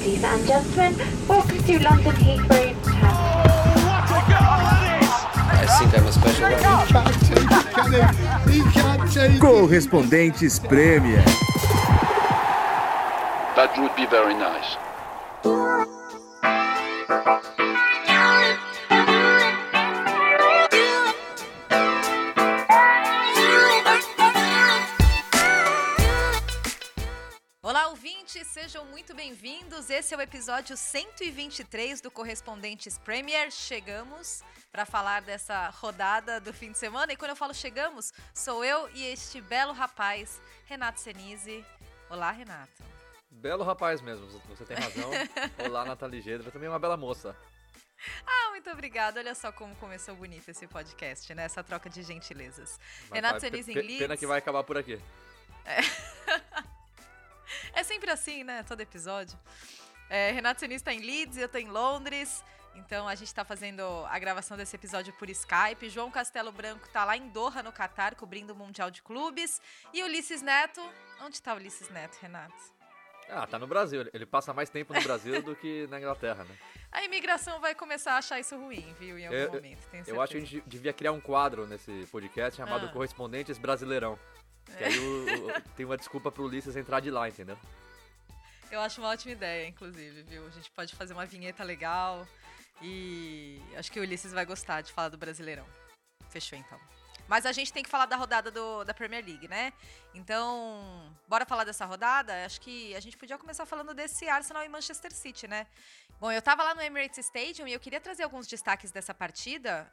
Ladies and gentlemen, welcome to London Heathrow. I think I'm a special one. Correspondentes Premier. That would be very nice. Olá, ouvintes, sejam muito bem-vindos. Esse é o episódio 123 do Correspondentes Premier. Chegamos para falar dessa rodada do fim de semana. E quando eu falo chegamos, sou eu e este belo rapaz, Renato Senise. Olá, Renato. Belo rapaz mesmo, você tem razão. Olá, Nathalie Gedra, também uma bela moça. Ah, muito obrigada. Olha só como começou bonito esse podcast, né? Essa troca de gentilezas. Mas Renato Senise em Leeds. Pena que vai acabar por aqui. É sempre assim, né? Todo episódio. Renato Senise está em Leeds, eu estou em Londres. Então a gente está fazendo a gravação desse episódio por Skype. João Castelo Branco está lá em Doha, no Catar, cobrindo o Mundial de Clubes. E Ulisses Neto... Onde está o Ulisses Neto, Renato? Ah, tá no Brasil. Ele passa mais tempo no Brasil do que na Inglaterra, né? A imigração vai começar a achar isso ruim, viu? Em algum momento, tenho certeza. Eu acho que a gente devia criar um quadro nesse podcast chamado Correspondentes Brasileirão. Que aí tem uma desculpa pro Ulisses entrar de lá, entendeu? Eu acho uma ótima ideia, inclusive, viu? A gente pode fazer uma vinheta legal e acho que o Ulisses vai gostar de falar do Brasileirão. Fechou, então. Mas a gente tem que falar da rodada da Premier League, né? Então, bora falar dessa rodada? Acho que a gente podia começar falando desse Arsenal e Manchester City, né? Bom, eu tava lá no Emirates Stadium e eu queria trazer alguns destaques dessa partida.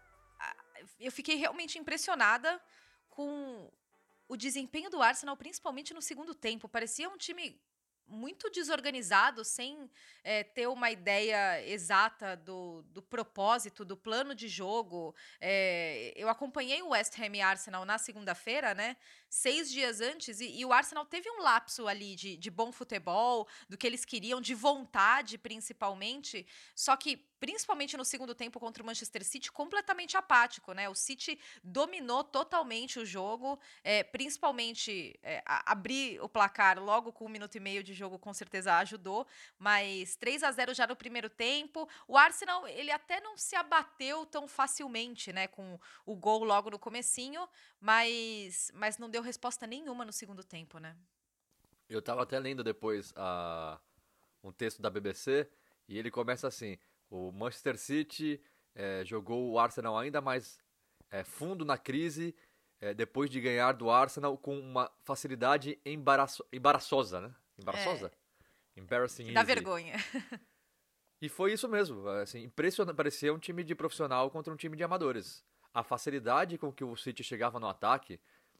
Eu fiquei realmente impressionada com o desempenho do Arsenal, principalmente no segundo tempo. Parecia um time muito desorganizado, sem ter uma ideia exata do propósito, do plano de jogo. Eu acompanhei o West Ham e Arsenal na segunda-feira, né? 6 dias antes, e o Arsenal teve um lapso ali de bom futebol, do que eles queriam, de vontade, principalmente. Só que, principalmente no segundo tempo contra o Manchester City, completamente apático, né? O City dominou totalmente o jogo, principalmente abrir o placar logo com 1 minuto e meio de jogo com certeza ajudou, mas 3-0 já no primeiro tempo. O Arsenal, ele até não se abateu tão facilmente, né, com o gol logo no comecinho, mas não deu resposta nenhuma no segundo tempo, né? Eu tava até lendo depois um texto da BBC e ele começa assim: o Manchester City jogou o Arsenal ainda mais fundo na crise depois de ganhar do Arsenal com uma facilidade embaraçosa, né? Embaraçosa? Embarrassing. Dá vergonha. E foi isso mesmo, assim, impressionante, parecia um time de profissional contra um time de amadores. A facilidade com que o City chegava no ataque,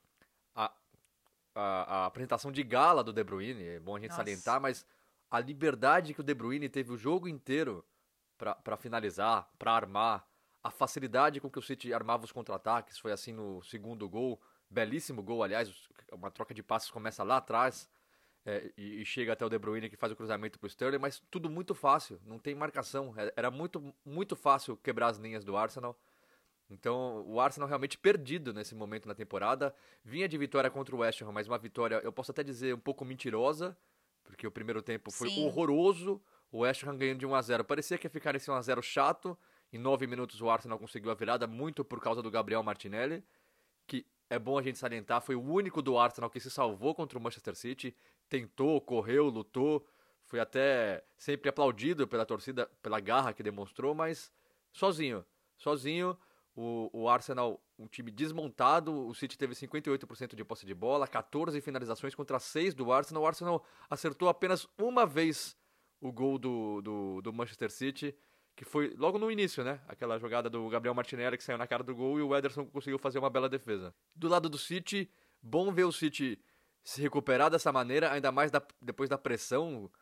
a apresentação de gala do De Bruyne, é bom a gente salientar, mas a liberdade que o De Bruyne teve o jogo inteiro para finalizar, para armar, a facilidade com que o City armava os contra-ataques, foi assim no segundo gol, belíssimo gol, aliás, uma troca de passes começa lá atrás, e chega até o De Bruyne que faz o cruzamento pro Sterling, mas tudo muito fácil, não tem marcação, era muito, muito fácil quebrar as linhas do Arsenal. Então o Arsenal realmente perdido nesse momento na temporada, vinha de vitória contra o West Ham, mas uma vitória, eu posso até dizer, um pouco mentirosa, porque o primeiro tempo foi horroroso, o West Ham ganhando de 1-0, parecia que ia ficar esse 1-0 chato, em 9 minutos o Arsenal conseguiu a virada, muito por causa do Gabriel Martinelli, que é bom a gente salientar, foi o único do Arsenal que se salvou contra o Manchester City, tentou, correu, lutou, foi até sempre aplaudido pela torcida, pela garra que demonstrou, mas sozinho, o Arsenal, um time desmontado, o City teve 58% de posse de bola, 14 finalizações contra 6 do Arsenal, o Arsenal acertou apenas uma vez o gol do Manchester City, que foi logo no início, né? Aquela jogada do Gabriel Martinelli que saiu na cara do gol e o Ederson conseguiu fazer uma bela defesa. Do lado do City, bom ver o City se recuperar dessa maneira, ainda mais depois da pressão.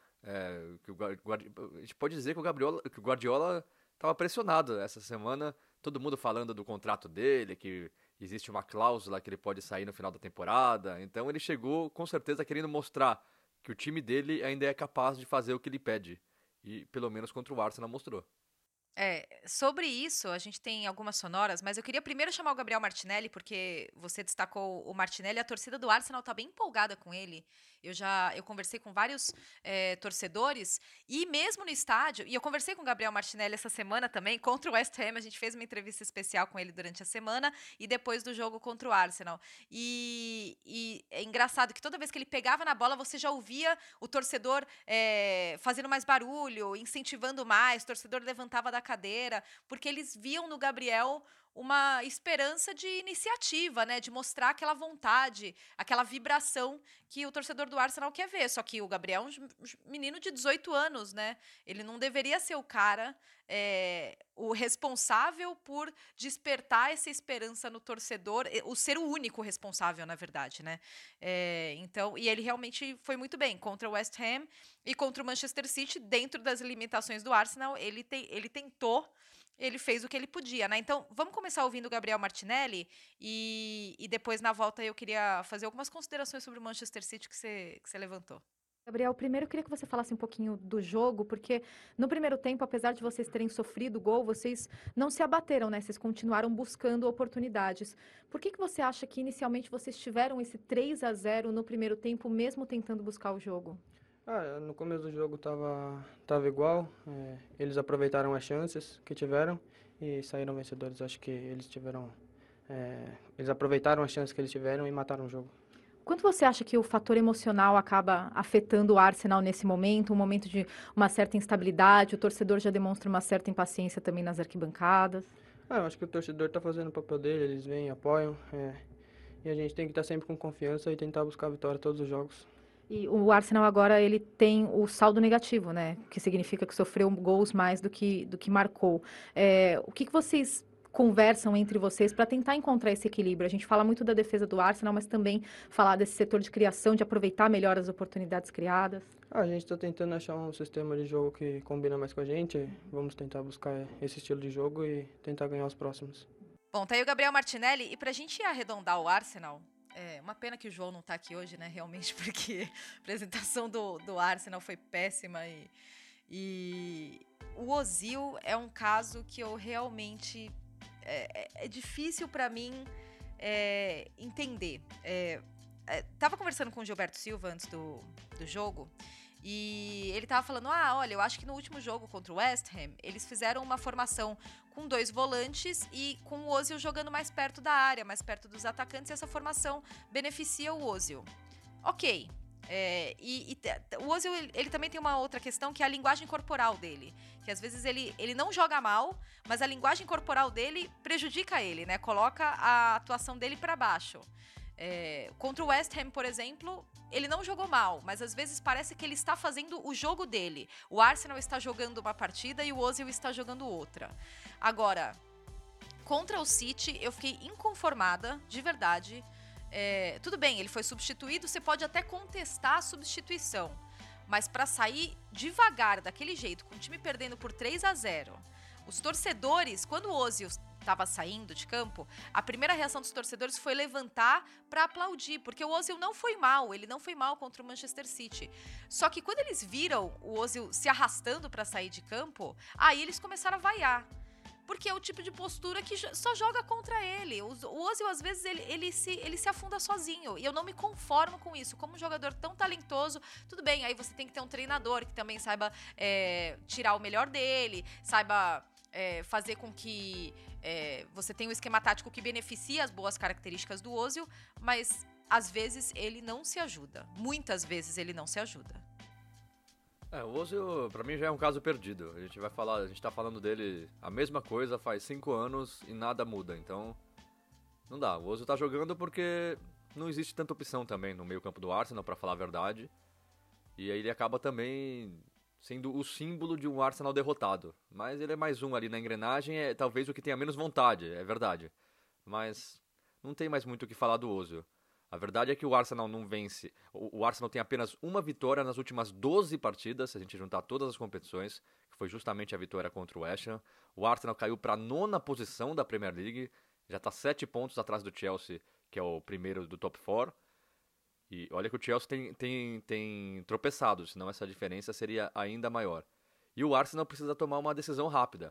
A gente pode dizer que o Guardiola estava pressionado essa semana, todo mundo falando do contrato dele, que existe uma cláusula que ele pode sair no final da temporada. Então ele chegou com certeza querendo mostrar que o time dele ainda é capaz de fazer o que ele pede. E pelo menos contra o Arsenal mostrou. Sobre isso, a gente tem algumas sonoras, mas eu queria primeiro chamar o Gabriel Martinelli, porque você destacou o Martinelli, a torcida do Arsenal tá bem empolgada com ele. Eu conversei com vários torcedores, e mesmo no estádio, e eu conversei com o Gabriel Martinelli essa semana também, contra o West Ham, a gente fez uma entrevista especial com ele durante a semana, e depois do jogo contra o Arsenal. E é engraçado que toda vez que ele pegava na bola, você já ouvia o torcedor fazendo mais barulho, incentivando mais, o torcedor levantava da cadeira, porque eles viam no Gabriel uma esperança de iniciativa, né, de mostrar aquela vontade, aquela vibração que o torcedor do Arsenal quer ver. Só que o Gabriel é um menino de 18 anos, né? Ele não deveria ser o cara, o responsável por despertar essa esperança no torcedor, o ser o único responsável, na verdade, né? Então, e ele realmente foi muito bem contra o West Ham e contra o Manchester City, dentro das limitações do Arsenal, ele tentou. Ele fez o que ele podia, né? Então, vamos começar ouvindo o Gabriel Martinelli e depois, na volta, eu queria fazer algumas considerações sobre o Manchester City que você levantou. Gabriel, primeiro eu queria que você falasse um pouquinho do jogo, porque no primeiro tempo, apesar de vocês terem sofrido gol, vocês não se abateram, né? Vocês continuaram buscando oportunidades. Por que você acha que inicialmente vocês tiveram esse 3-0 no primeiro tempo, mesmo tentando buscar o jogo? No começo do jogo tava igual, eles aproveitaram as chances que tiveram e saíram vencedores. Acho que eles aproveitaram as chances que eles tiveram e mataram o jogo. Quanto você acha que o fator emocional acaba afetando o Arsenal nesse momento, um momento de uma certa instabilidade, o torcedor já demonstra uma certa impaciência também nas arquibancadas? Eu acho que o torcedor está fazendo o papel dele, eles vêm, apoiam, e a gente tem que estar sempre com confiança e tentar buscar a vitória todos os jogos. E o Arsenal agora ele tem o saldo negativo, né? Que significa que sofreu gols mais do que marcou. O que vocês conversam entre vocês para tentar encontrar esse equilíbrio? A gente fala muito da defesa do Arsenal, mas também falar desse setor de criação, de aproveitar melhor as oportunidades criadas. A gente está tentando achar um sistema de jogo que combina mais com a gente. Vamos tentar buscar esse estilo de jogo e tentar ganhar os próximos. Bom, tá aí o Gabriel Martinelli. E pra gente arredondar o Arsenal... uma pena que o João não tá aqui hoje, né, realmente, porque a apresentação do Arsenal foi péssima e o Ozil é um caso que eu realmente... É difícil pra mim entender. Tava conversando com o Gilberto Silva antes do jogo e ele tava falando, olha, eu acho que no último jogo contra o West Ham, eles fizeram uma formação com 2 volantes e com o Ozil jogando mais perto da área, mais perto dos atacantes, e essa formação beneficia o Ozil. Ok. O Ozil, ele também tem uma outra questão, que é a linguagem corporal dele. Que às vezes ele não joga mal, mas a linguagem corporal dele prejudica ele, né? Coloca a atuação dele para baixo. Contra o West Ham, por exemplo, ele não jogou mal, mas às vezes parece que ele está fazendo o jogo dele. O Arsenal está jogando uma partida e o Ozil está jogando outra. Agora, contra o City, eu fiquei inconformada, de verdade. Tudo bem, ele foi substituído, você pode até contestar a substituição, mas para sair devagar daquele jeito, com o time perdendo por 3-0, os torcedores, quando o Ozil estava saindo de campo, a primeira reação dos torcedores foi levantar para aplaudir, porque o Ozil não foi mal, ele não foi mal contra o Manchester City. Só que quando eles viram o Ozil se arrastando para sair de campo, aí eles começaram a vaiar. Porque é o tipo de postura que só joga contra ele. O Ozil, às vezes, ele se afunda sozinho. E eu não me conformo com isso. Como um jogador tão talentoso, tudo bem, aí você tem que ter um treinador que também saiba tirar o melhor dele, saiba fazer com que você tenha um esquema tático que beneficie as boas características do Ozil, mas, às vezes, ele não se ajuda. Muitas vezes ele não se ajuda. O Ozil, pra mim, já é um caso perdido. A gente tá falando dele a mesma coisa faz 5 anos e nada muda, então não dá. O Ozil tá jogando porque não existe tanta opção também no meio campo do Arsenal, pra falar a verdade. E aí ele acaba também sendo o símbolo de um Arsenal derrotado. Mas ele é mais um ali na engrenagem, é talvez o que tenha menos vontade, é verdade. Mas não tem mais muito o que falar do Ozil. A verdade é que o Arsenal não vence. O Arsenal tem apenas uma vitória nas últimas 12 partidas, se a gente juntar todas as competições, que foi justamente a vitória contra o West Ham. O Arsenal caiu para a 9ª posição da Premier League, já está 7 pontos atrás do Chelsea, que é o primeiro do top 4. E olha que o Chelsea tem tropeçado, senão essa diferença seria ainda maior. E o Arsenal precisa tomar uma decisão rápida,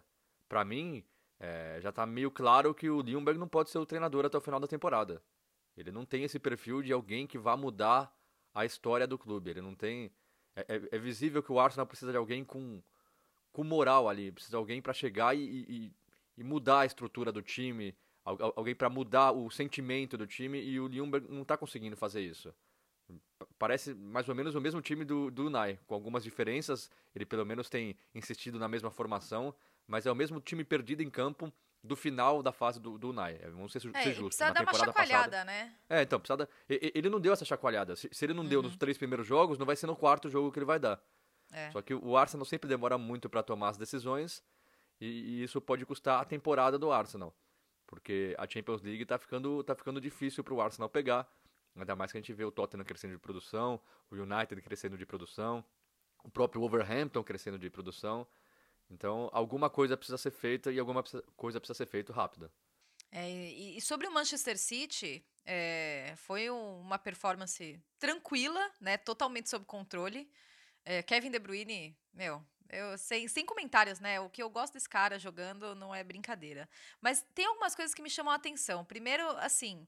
pra mim, já tá meio claro que o Ljungberg não pode ser o treinador até o final da temporada. Ele não tem esse perfil de alguém que vá mudar a história do clube. Ele não tem... É visível que o Arsenal precisa de alguém com moral ali. Precisa de alguém para chegar e mudar a estrutura do time. Alguém para mudar o sentimento do time. E o Ljungberg não tá conseguindo fazer isso. Parece mais ou menos o mesmo time do Unai. Com algumas diferenças. Ele pelo menos tem insistido na mesma formação. Mas é o mesmo time perdido em campo do final da fase do Unai. Vamos ser justos. Precisa dar uma chacoalhada, né? Então, ele não deu essa chacoalhada. Se ele não deu nos 3 primeiros jogos, não vai ser no 4º jogo que ele vai dar. Só que o Arsenal sempre demora muito para tomar as decisões e isso pode custar a temporada do Arsenal. Porque a Champions League tá ficando difícil pro Arsenal pegar. Ainda mais que a gente vê o Tottenham crescendo de produção, o United crescendo de produção, o próprio Wolverhampton crescendo de produção. Então, alguma coisa precisa ser feita e alguma coisa precisa ser feita rápida. E sobre o Manchester City, foi uma performance tranquila, né? Totalmente sob controle. Kevin De Bruyne, sem comentários, né? O que eu gosto desse cara jogando não é brincadeira. Mas tem algumas coisas que me chamam a atenção. Primeiro, assim,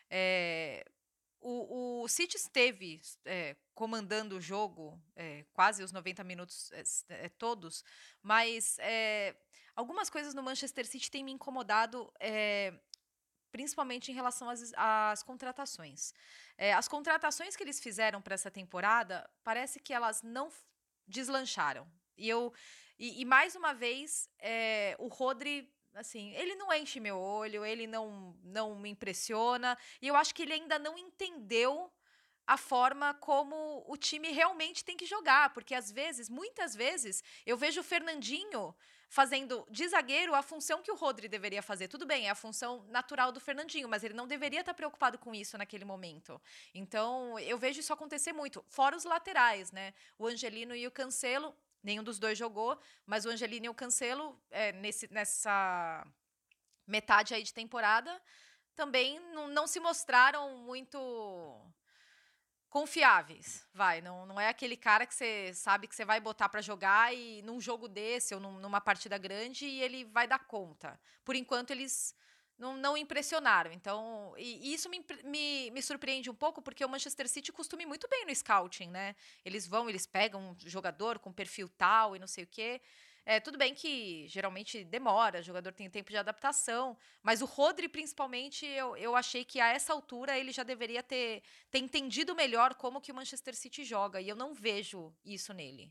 o City esteve comandando o jogo quase os 90 minutos todos, mas algumas coisas no Manchester City têm me incomodado, principalmente em relação às contratações. As contratações que eles fizeram para essa temporada, parece que elas não deslancharam. E mais uma vez, o Rodri... Assim, ele não enche meu olho, ele não me impressiona, e eu acho que ele ainda não entendeu a forma como o time realmente tem que jogar, porque muitas vezes, eu vejo o Fernandinho fazendo de zagueiro a função que o Rodri deveria fazer. Tudo bem, é a função natural do Fernandinho, mas ele não deveria estar preocupado com isso naquele momento. Então, eu vejo isso acontecer muito, fora os laterais, né? O Angelino e o Cancelo. Nenhum dos dois jogou, mas o Angelino e o Cancelo, nessa metade aí de temporada, também não se mostraram muito confiáveis. Não é aquele cara que você sabe que você vai botar para jogar e num jogo desse ou numa partida grande e ele vai dar conta. Por enquanto, eles não impressionaram. Então, e isso me surpreende um pouco, porque o Manchester City costuma ir muito bem no scouting, né? Eles pegam um jogador com perfil tal e não sei o quê. Tudo bem que geralmente demora, o jogador tem tempo de adaptação, mas o Rodri, principalmente, eu achei que a essa altura ele já deveria ter entendido melhor como que o Manchester City joga, e eu não vejo isso nele.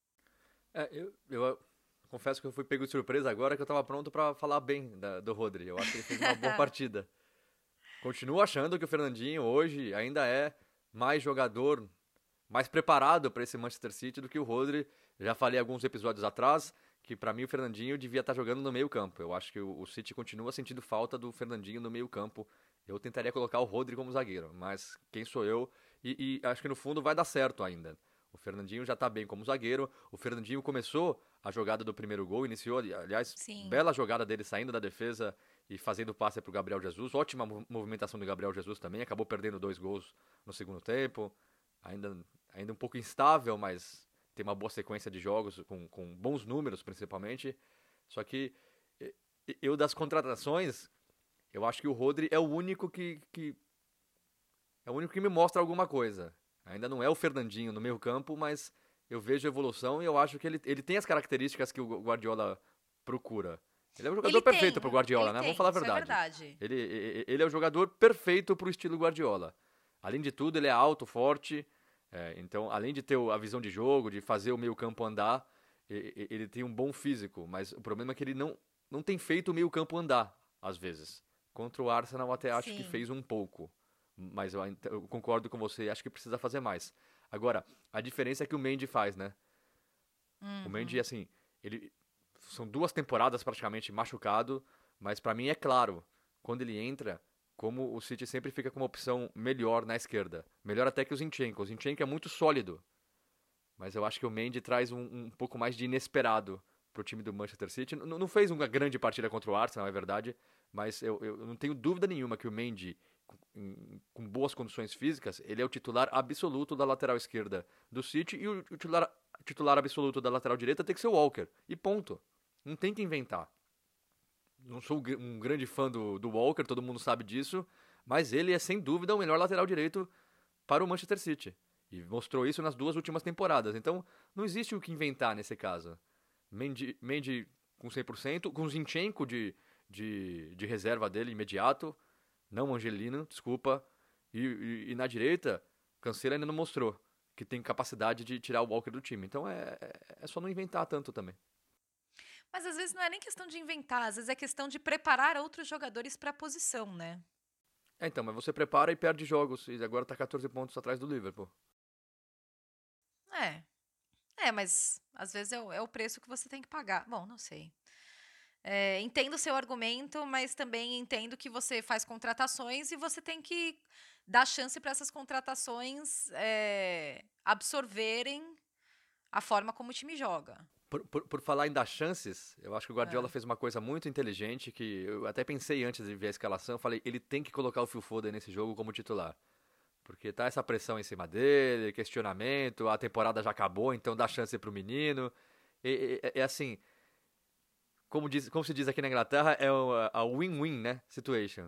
Eu confesso que eu fui pego de surpresa agora que eu tava pronto pra falar bem do Rodri. Eu acho que ele fez uma boa partida. Continuo achando que o Fernandinho hoje ainda é mais jogador, mais preparado para esse Manchester City do que o Rodri. Já falei alguns episódios atrás que pra mim o Fernandinho devia estar jogando no meio campo. Eu acho que o City continua sentindo falta do Fernandinho no meio campo. Eu tentaria colocar o Rodri como zagueiro, mas quem sou eu? E acho que no fundo vai dar certo ainda. O Fernandinho já tá bem como zagueiro. O Fernandinho começou a jogada do primeiro gol, iniciou, aliás, Sim. Bela jogada dele saindo da defesa e fazendo passe pro Gabriel Jesus. Ótima movimentação do Gabriel Jesus também. Acabou perdendo 2 gols no segundo tempo. Ainda um pouco instável, mas tem uma boa sequência de jogos, com bons números principalmente. Só que eu das contratações, eu acho que o Rodri é o único que me mostra alguma coisa. Ainda não é o Fernandinho no meio campo, mas eu vejo evolução e eu acho que ele tem as características que o Guardiola procura. Ele é o jogador perfeito pro Guardiola, né? Vamos falar a verdade. É verdade. Ele é o jogador perfeito pro estilo Guardiola. Além de tudo, ele é alto, forte. Então, além de ter a visão de jogo, de fazer o meio campo andar, ele tem um bom físico. Mas o problema é que ele não tem feito o meio campo andar, às vezes. Contra o Arsenal até acho Sim. que fez um pouco. Mas eu concordo com você, acho que precisa fazer mais. Agora, a diferença é que o Mendy faz, né? O Mendy, assim, são 2 temporadas praticamente machucado, mas pra mim é claro, quando ele entra, como o City sempre fica com uma opção melhor na esquerda. Melhor até que o Zinchenko. O Zinchenko é muito sólido, mas eu acho que o Mendy traz um pouco mais de inesperado pro time do Manchester City. Não fez uma grande partida contra o Arsenal, é verdade, mas eu não tenho dúvida nenhuma que o Mendy, com boas condições físicas, ele é o titular absoluto da lateral esquerda do City, e o titular absoluto da lateral direita tem que ser o Walker, e ponto. Não tem que inventar. não sou um grande fã do Walker, todo mundo sabe disso, mas ele é sem dúvida o melhor lateral direito para o Manchester City. E mostrou isso nas 2 últimas temporadas. Então, não existe o que inventar nesse caso. Mendy com 100%, com Zinchenko de reserva dele imediato, não Angelino, desculpa. E na direita, Cancelo ainda não mostrou que tem capacidade de tirar o Walker do time. Então é só não inventar tanto também. Mas às vezes não é nem questão de inventar, às vezes é questão de preparar outros jogadores para a posição, né? Então, mas você prepara e perde jogos, e agora tá 14 pontos atrás do Liverpool. Mas às vezes é o preço que você tem que pagar. Bom, não sei. Entendo o seu argumento, mas também entendo que você faz contratações e você tem que dar chance para essas contratações absorverem a forma como o time joga. Por falar em dar chances, eu acho que o Guardiola fez uma coisa muito inteligente, que eu até pensei antes de ver a escalação, falei, ele tem que colocar o Phil Foden nesse jogo como titular. Porque tá essa pressão em cima dele, questionamento, a temporada já acabou, então dá chance pro menino. É assim, como se diz aqui na Inglaterra, é a win-win, né, situation.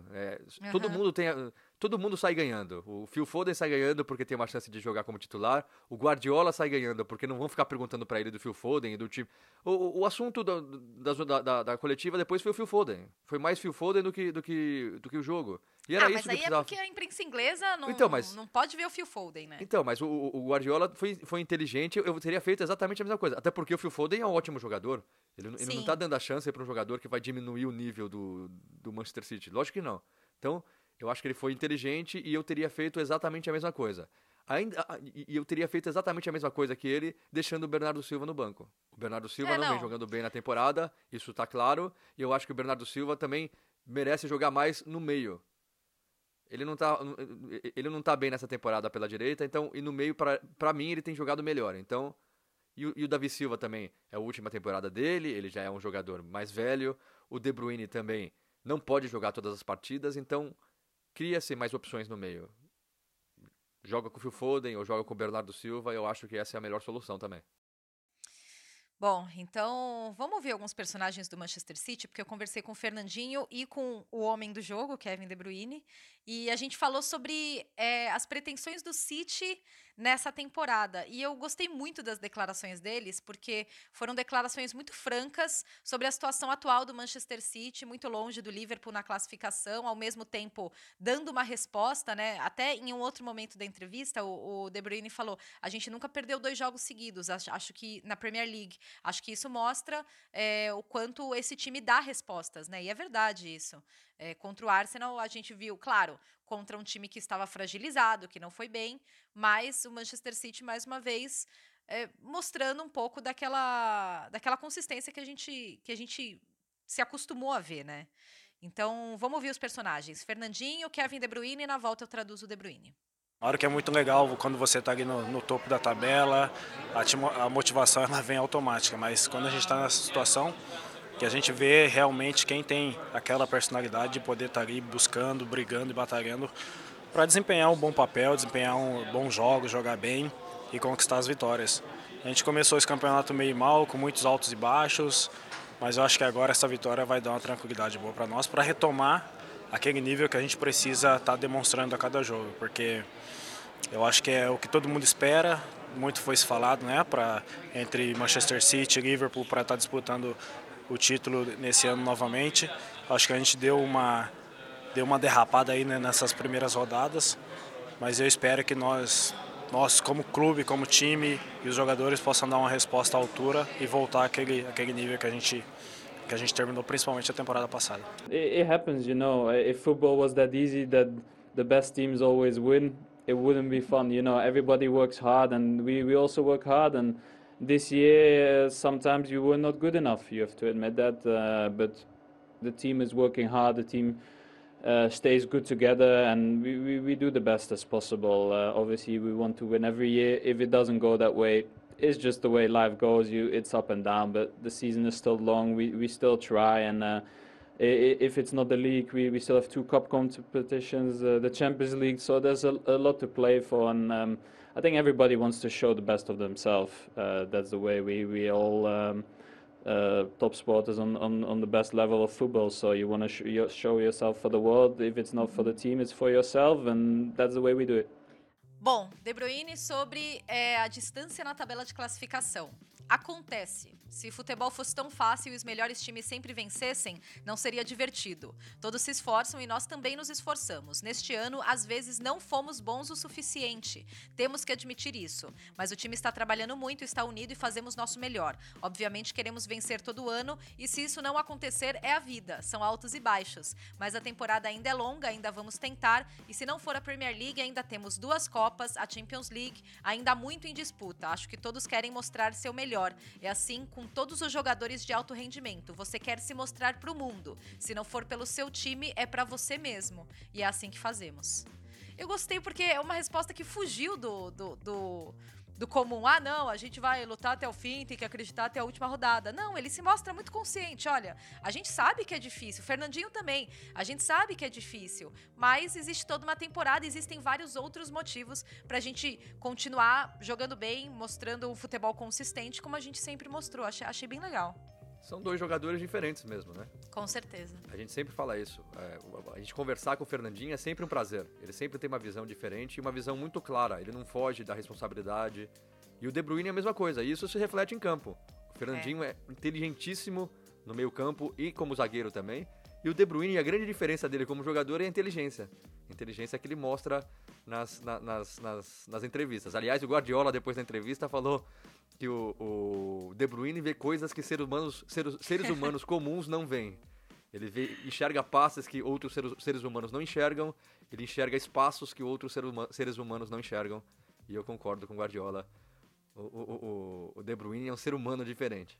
Todo mundo sai ganhando. O Phil Foden sai ganhando porque tem uma chance de jogar como titular. O Guardiola sai ganhando porque não vão ficar perguntando pra ele do Phil Foden e do time. O assunto da coletiva depois foi o Phil Foden. Foi mais Phil Foden do que o jogo. E era isso mas aí que precisava. É porque a imprensa inglesa não, então, não pode ver o Phil Foden, né? Então, mas o Guardiola foi inteligente, eu teria feito exatamente a mesma coisa. Até porque o Phil Foden é um ótimo jogador. Ele não tá dando a chance para um jogador que vai diminuir o nível do Manchester City. Lógico que não. Então, eu acho que ele foi inteligente e eu teria feito exatamente a mesma coisa. E eu teria feito exatamente a mesma coisa que ele, deixando o Bernardo Silva no banco. O Bernardo Silva não vem jogando bem na temporada, isso tá claro. E eu acho que o Bernardo Silva também merece jogar mais no meio. Ele não tá bem nessa temporada pela direita, então, e no meio, pra mim, ele tem jogado melhor. Então, e o Davi Silva também é a última temporada dele, ele já é um jogador mais velho. O De Bruyne também não pode jogar todas as partidas, então cria-se mais opções no meio. Joga com o Phil Foden ou joga com o Bernardo Silva, eu acho que essa é a melhor solução também. Bom, então vamos ver alguns personagens do Manchester City, porque eu conversei com o Fernandinho e com o homem do jogo, Kevin De Bruyne, e a gente falou sobre as pretensões do City nessa temporada. E eu gostei muito das declarações deles, porque foram declarações muito francas sobre a situação atual do Manchester City, muito longe do Liverpool na classificação, ao mesmo tempo dando uma resposta, né? Até em um outro momento da entrevista, o De Bruyne falou, a gente nunca perdeu 2 jogos seguidos, acho que na Premier League. Acho que isso mostra o quanto esse time dá respostas, né? E é verdade isso. Contra o Arsenal, a gente viu, claro, contra um time que estava fragilizado, que não foi bem, mas o Manchester City, mais uma vez, mostrando um pouco daquela consistência que a gente se acostumou a ver, né? Então, vamos ouvir os personagens. Fernandinho, Kevin De Bruyne, e na volta eu traduzo o De Bruyne. Claro que é muito legal quando você está ali no topo da tabela, a motivação ela vem automática, mas quando a gente está nessa situação, que a gente vê realmente quem tem aquela personalidade de poder estar ali buscando, brigando e batalhando para desempenhar um bom papel, desempenhar bons jogos, jogar bem e conquistar as vitórias. A gente começou esse campeonato meio mal, com muitos altos e baixos, mas eu acho que agora essa vitória vai dar uma tranquilidade boa para nós, para retomar aquele nível que a gente precisa estar demonstrando a cada jogo, porque eu acho que é o que todo mundo espera, muito foi se falado, né, entre Manchester City e Liverpool para estar disputando o título nesse ano novamente. Acho que a gente deu uma derrapada aí, né, nessas primeiras rodadas, mas eu espero que nós como clube, como time e os jogadores possam dar uma resposta à altura e voltar àquele nível que a gente terminou principalmente a temporada passada. It happens, you know, if football was that easy that the best teams always win, it wouldn't be fun, you know. Everybody works hard and we also work hard, and this year sometimes you were not good enough, you have to admit that, but the team is working hard, the team stays good together, and we do the best as possible. Obviously we want to win every year. If it doesn't go that way, it's just the way life goes. It's up and down, but the season is still long. We still try, and if it's not the league, we still have 2 cup competitions, the Champions League, so there's a lot to play for, and I think everybody wants to show the best of themselves. That's the way we all top sporters on the best level of football. So you want to show yourself for the world. If it's not for the team, it's for yourself, and that's the way we do it. Bom, De Bruyne sobre a distância na tabela de classificação. Acontece. Se futebol fosse tão fácil e os melhores times sempre vencessem, não seria divertido. Todos se esforçam e nós também nos esforçamos. Neste ano, às vezes não fomos bons o suficiente. Temos que admitir isso. Mas o time está trabalhando muito, está unido e fazemos nosso melhor. Obviamente queremos vencer todo ano e se isso não acontecer, é a vida. São altos e baixos. Mas a temporada ainda é longa, ainda vamos tentar. E se não for a Premier League, ainda temos 2 Copas, a Champions League, ainda há muito em disputa. Acho que todos querem mostrar seu melhor. É assim com todos os jogadores de alto rendimento. Você quer se mostrar para o mundo. Se não for pelo seu time, é para você mesmo. E é assim que fazemos. Eu gostei porque é uma resposta que fugiu do comum. Ah, não, a gente vai lutar até o fim, tem que acreditar até a última rodada. Não, ele se mostra muito consciente. Olha, a gente sabe que é difícil. O Fernandinho também. A gente sabe que é difícil. Mas existe toda uma temporada, existem vários outros motivos pra gente continuar jogando bem, mostrando um futebol consistente, como a gente sempre mostrou. Achei bem legal. São 2 jogadores diferentes mesmo, né? Com certeza. A gente sempre fala isso. A gente conversar com o Fernandinho é sempre um prazer. Ele sempre tem uma visão diferente e uma visão muito clara. Ele não foge da responsabilidade. E o De Bruyne é a mesma coisa. E isso se reflete em campo. O Fernandinho é inteligentíssimo no meio campo e como zagueiro também. E o De Bruyne, a grande diferença dele como jogador é a inteligência. A inteligência que ele mostra nas entrevistas. Aliás, o Guardiola, depois da entrevista, falou que o De Bruyne vê coisas que seres humanos comuns não veem. Ele enxerga passes que outros seres humanos não enxergam, ele enxerga espaços que outros seres humanos não enxergam. E eu concordo com o Guardiola. O De Bruyne é um ser humano diferente.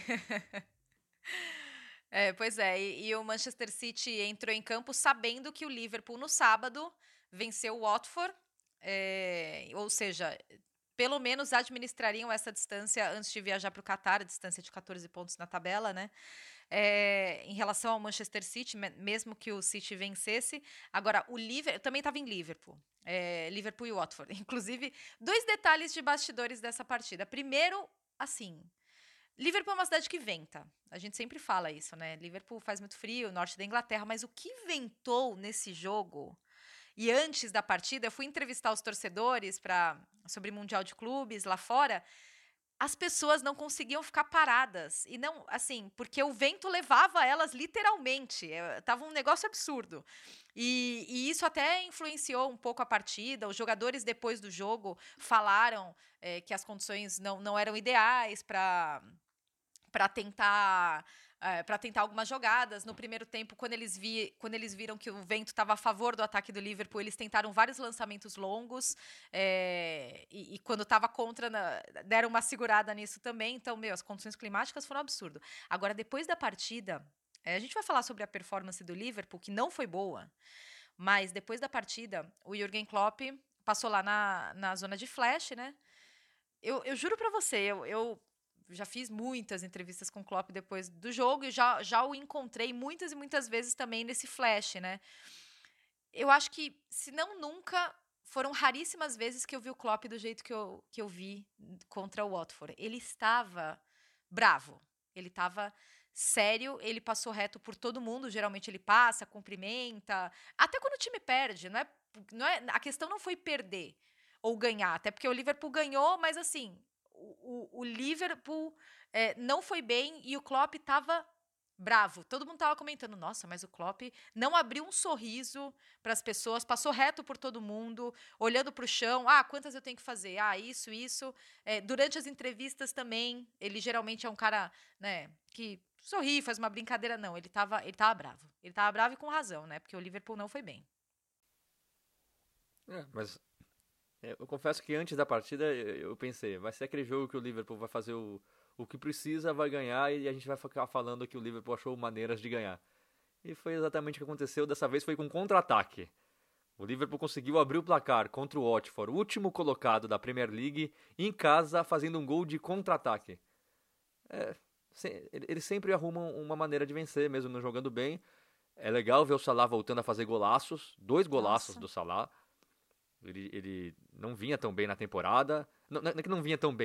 Pois é, e o Manchester City entrou em campo sabendo que o Liverpool no sábado venceu o Watford, ou seja, pelo menos administrariam essa distância antes de viajar para o Qatar, a distância de 14 pontos na tabela, né? Em relação ao Manchester City, mesmo que o City vencesse. Agora, o Liverpool também estava em Liverpool. Liverpool e Watford. Inclusive, 2 detalhes de bastidores dessa partida. Primeiro, assim, Liverpool é uma cidade que venta. A gente sempre fala isso, né? Liverpool faz muito frio, norte da Inglaterra, mas o que ventou nesse jogo? E antes da partida, eu fui entrevistar os torcedores sobre Mundial de Clubes lá fora. As pessoas não conseguiam ficar paradas. E não, assim, porque o vento levava elas literalmente. Tava um negócio absurdo. E isso até influenciou um pouco a partida. Os jogadores, depois do jogo, falaram que as condições não eram ideais para tentar algumas jogadas. No primeiro tempo, quando eles viram que o vento estava a favor do ataque do Liverpool, eles tentaram vários lançamentos longos, e quando estava contra, deram uma segurada nisso também. Então, as condições climáticas foram um absurdo. Agora, depois da partida, a gente vai falar sobre a performance do Liverpool, que não foi boa, mas depois da partida, o Jürgen Klopp passou lá na zona de flash, né? Eu juro pra você, eu já fiz muitas entrevistas com o Klopp depois do jogo e já o encontrei muitas e muitas vezes também nesse flash, né? Eu acho que, se não nunca, foram raríssimas vezes que eu vi o Klopp do jeito que eu vi contra o Watford. Ele estava bravo, ele estava sério, ele passou reto por todo mundo, geralmente ele passa, cumprimenta, até quando o time perde, não é, a questão não foi perder ou ganhar, até porque o Liverpool ganhou, mas assim, o Liverpool não foi bem e o Klopp estava bravo. Todo mundo estava comentando, nossa, mas o Klopp não abriu um sorriso para as pessoas, passou reto por todo mundo, olhando para o chão, quantas eu tenho que fazer? Isso. Durante as entrevistas também, ele geralmente é um cara, né, que sorri, faz uma brincadeira. Não, ele tava bravo. Ele estava bravo e com razão, né, porque o Liverpool não foi bem. Mas eu confesso que antes da partida eu pensei, vai ser aquele jogo que o Liverpool vai fazer o que precisa, vai ganhar e a gente vai ficar falando que o Liverpool achou maneiras de ganhar. E foi exatamente o que aconteceu, dessa vez foi com contra-ataque. O Liverpool conseguiu abrir o placar contra o Watford, o último colocado da Premier League, em casa, fazendo um gol de contra-ataque. Eles sempre arrumam uma maneira de vencer, mesmo não jogando bem. É legal ver o Salah voltando a fazer golaços, 2 golaços do Salah. Ele não vinha tão bem na temporada. Não é que não vinha tão bem, né?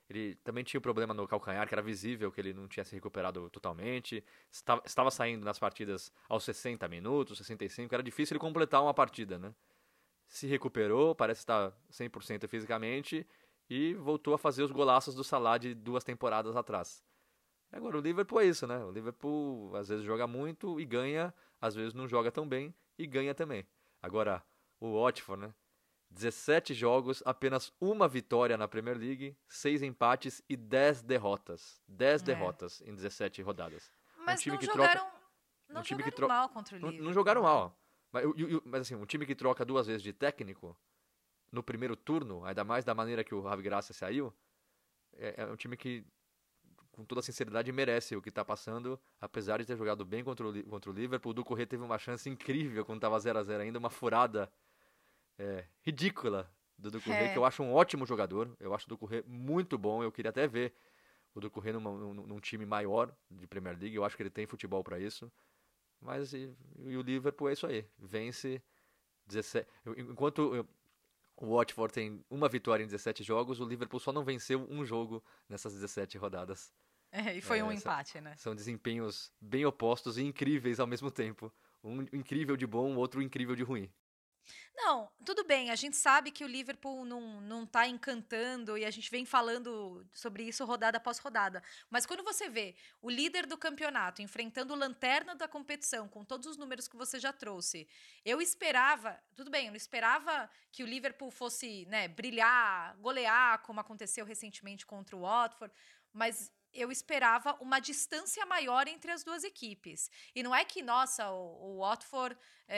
Ele também tinha um problema no calcanhar, que era visível que ele não tinha se recuperado totalmente. Estava saindo nas partidas aos 60 minutos, 65. Era difícil ele completar uma partida, né? Se recuperou, parece estar 100% fisicamente e voltou a fazer os golaços do Salah de 2 temporadas atrás. Agora, o Liverpool é isso, né? O Liverpool às vezes joga muito e ganha, às vezes não joga tão bem e ganha também. Agora, o Watford, né? 17 jogos, apenas uma vitória na Premier League, 6 empates e 10 derrotas. 10 derrotas em 17 rodadas. Mas time não que jogaram, troca, não time jogaram que mal contra o Liverpool. não jogaram mal. Mas assim, um time que troca 2 vezes de técnico no primeiro turno, ainda mais da maneira que o Javi Gracia saiu, é um time que, com toda sinceridade, merece o que está passando, apesar de ter jogado bem contra o Liverpool. O Doucouré teve uma chance incrível quando estava 0-0 ainda, uma furada ridícula do Doucouré, que eu acho um ótimo jogador. Eu acho o Doucouré muito bom. Eu queria até ver o Doucouré num time maior de Premier League. Eu acho que ele tem futebol para isso. Mas e o Liverpool é isso aí. Vence 17. Enquanto o Watford tem uma vitória em 17 jogos, o Liverpool só não venceu um jogo nessas 17 rodadas. E foi um empate, né? São desempenhos bem opostos e incríveis ao mesmo tempo. Um incrível de bom, outro incrível de ruim. Não, tudo bem, a gente sabe que o Liverpool não tá encantando e a gente vem falando sobre isso rodada após rodada. Mas quando você vê o líder do campeonato enfrentando o lanterna da competição, com todos os números que você já trouxe, eu esperava, tudo bem, eu não esperava que o Liverpool fosse, né, brilhar, golear, como aconteceu recentemente contra o Watford, mas eu esperava uma distância maior entre as duas equipes. E não é que, nossa, o Watford...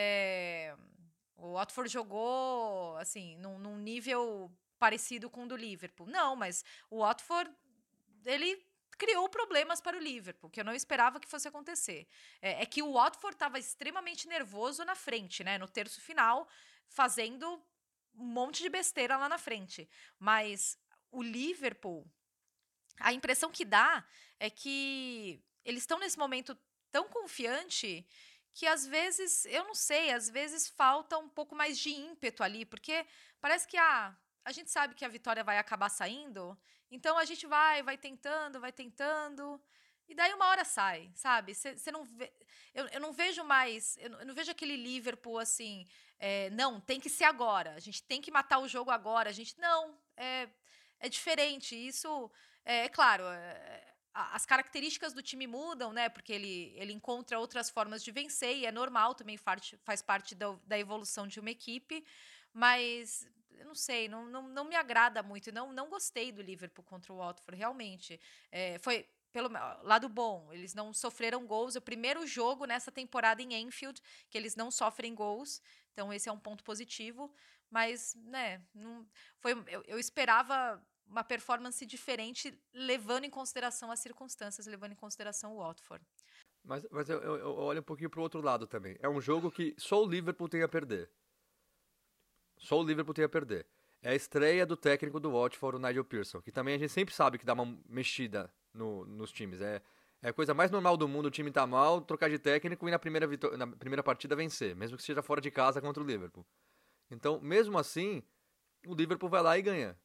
O Watford jogou, assim, num nível parecido com o do Liverpool. Não, mas o Watford, ele criou problemas para o Liverpool, que eu não esperava que fosse acontecer. É que o Watford estava extremamente nervoso na frente, né? No terço final, fazendo um monte de besteira lá na frente. Mas o Liverpool, a impressão que dá é que eles estão nesse momento tão confiante que às vezes, eu não sei, às vezes falta um pouco mais de ímpeto ali, porque parece que a gente sabe que a vitória vai acabar saindo, então a gente vai tentando, e daí uma hora sai, sabe? Você não vê, eu não vejo mais, eu não vejo aquele Liverpool assim, não, tem que ser agora, a gente tem que matar o jogo agora, a gente, não, é diferente, isso, é claro, as características do time mudam, né? Porque ele encontra outras formas de vencer e é normal, também faz parte da evolução de uma equipe. Mas, eu não sei, não me agrada muito. Não gostei do Liverpool contra o Watford, realmente. Foi pelo lado bom, eles não sofreram gols. É o primeiro jogo nessa temporada em Anfield que eles não sofrem gols. Então, esse é um ponto positivo. Mas, né, eu esperava uma performance diferente, levando em consideração as circunstâncias, levando em consideração o Watford. Mas eu olho um pouquinho pro outro lado também. É um jogo que só o Liverpool tem a perder. Só o Liverpool tem a perder. É a estreia do técnico do Watford, o Nigel Pearson, que também a gente sempre sabe que dá uma mexida nos times. É a coisa mais normal do mundo, o time tá mal, trocar de técnico e na primeira partida vencer, mesmo que seja fora de casa contra o Liverpool. Então, mesmo assim, o Liverpool vai lá e ganha.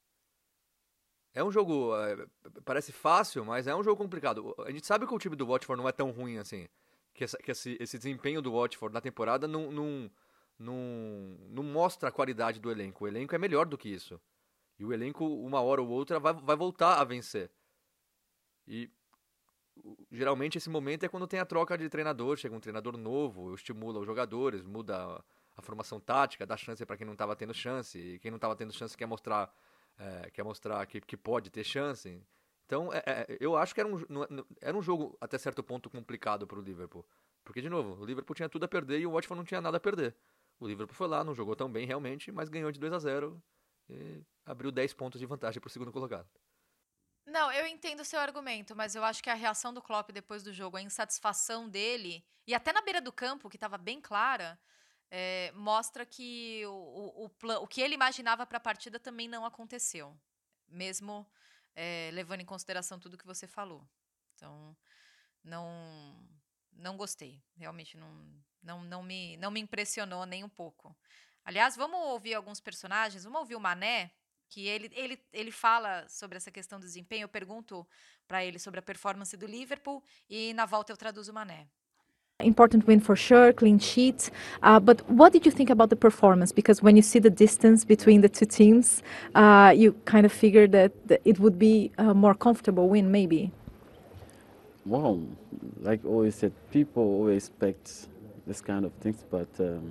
É um jogo, parece fácil, mas é um jogo complicado. A gente sabe que o time do Watford não é tão ruim assim. Que esse desempenho do Watford na temporada não mostra a qualidade do elenco. O elenco é melhor do que isso. E o elenco, uma hora ou outra, vai voltar a vencer. E geralmente esse momento é quando tem a troca de treinador, chega um treinador novo, estimula os jogadores, muda a formação tática, dá chance para quem não estava tendo chance, e quem não estava tendo chance quer mostrar que pode ter chance. Então, eu acho que era um jogo até certo ponto complicado para o Liverpool. Porque, de novo, o Liverpool tinha tudo a perder e o Watford não tinha nada a perder. O Liverpool foi lá, não jogou tão bem realmente, mas ganhou de 2-0 e abriu 10 pontos de vantagem para o segundo colocado. Não, eu entendo o seu argumento, mas eu acho que a reação do Klopp depois do jogo, a insatisfação dele, e até na beira do campo, que estava bem clara, mostra que o que ele imaginava para a partida também não aconteceu, mesmo levando em consideração tudo que você falou. Então, não gostei, realmente não me impressionou nem um pouco. Aliás, vamos ouvir alguns personagens, vamos ouvir o Mané, que ele fala sobre essa questão do desempenho. Eu pergunto para ele sobre a performance do Liverpool e na volta eu traduzo o Mané. Important win for sure, clean sheet. But what did you think about the performance? Because when you see the distance between the two teams, you kind of figured that it would be a more comfortable win, maybe. Well, like always said, people always expect this kind of things, but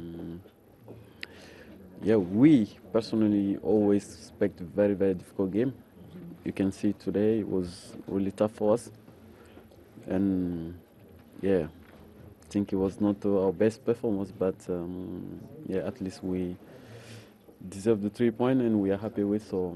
yeah, we personally always expect a very, very difficult game. You can see today it was really tough for us, and yeah, I think it was not our best performance, but yeah, at least we deserve the 3 points and we are happy with, so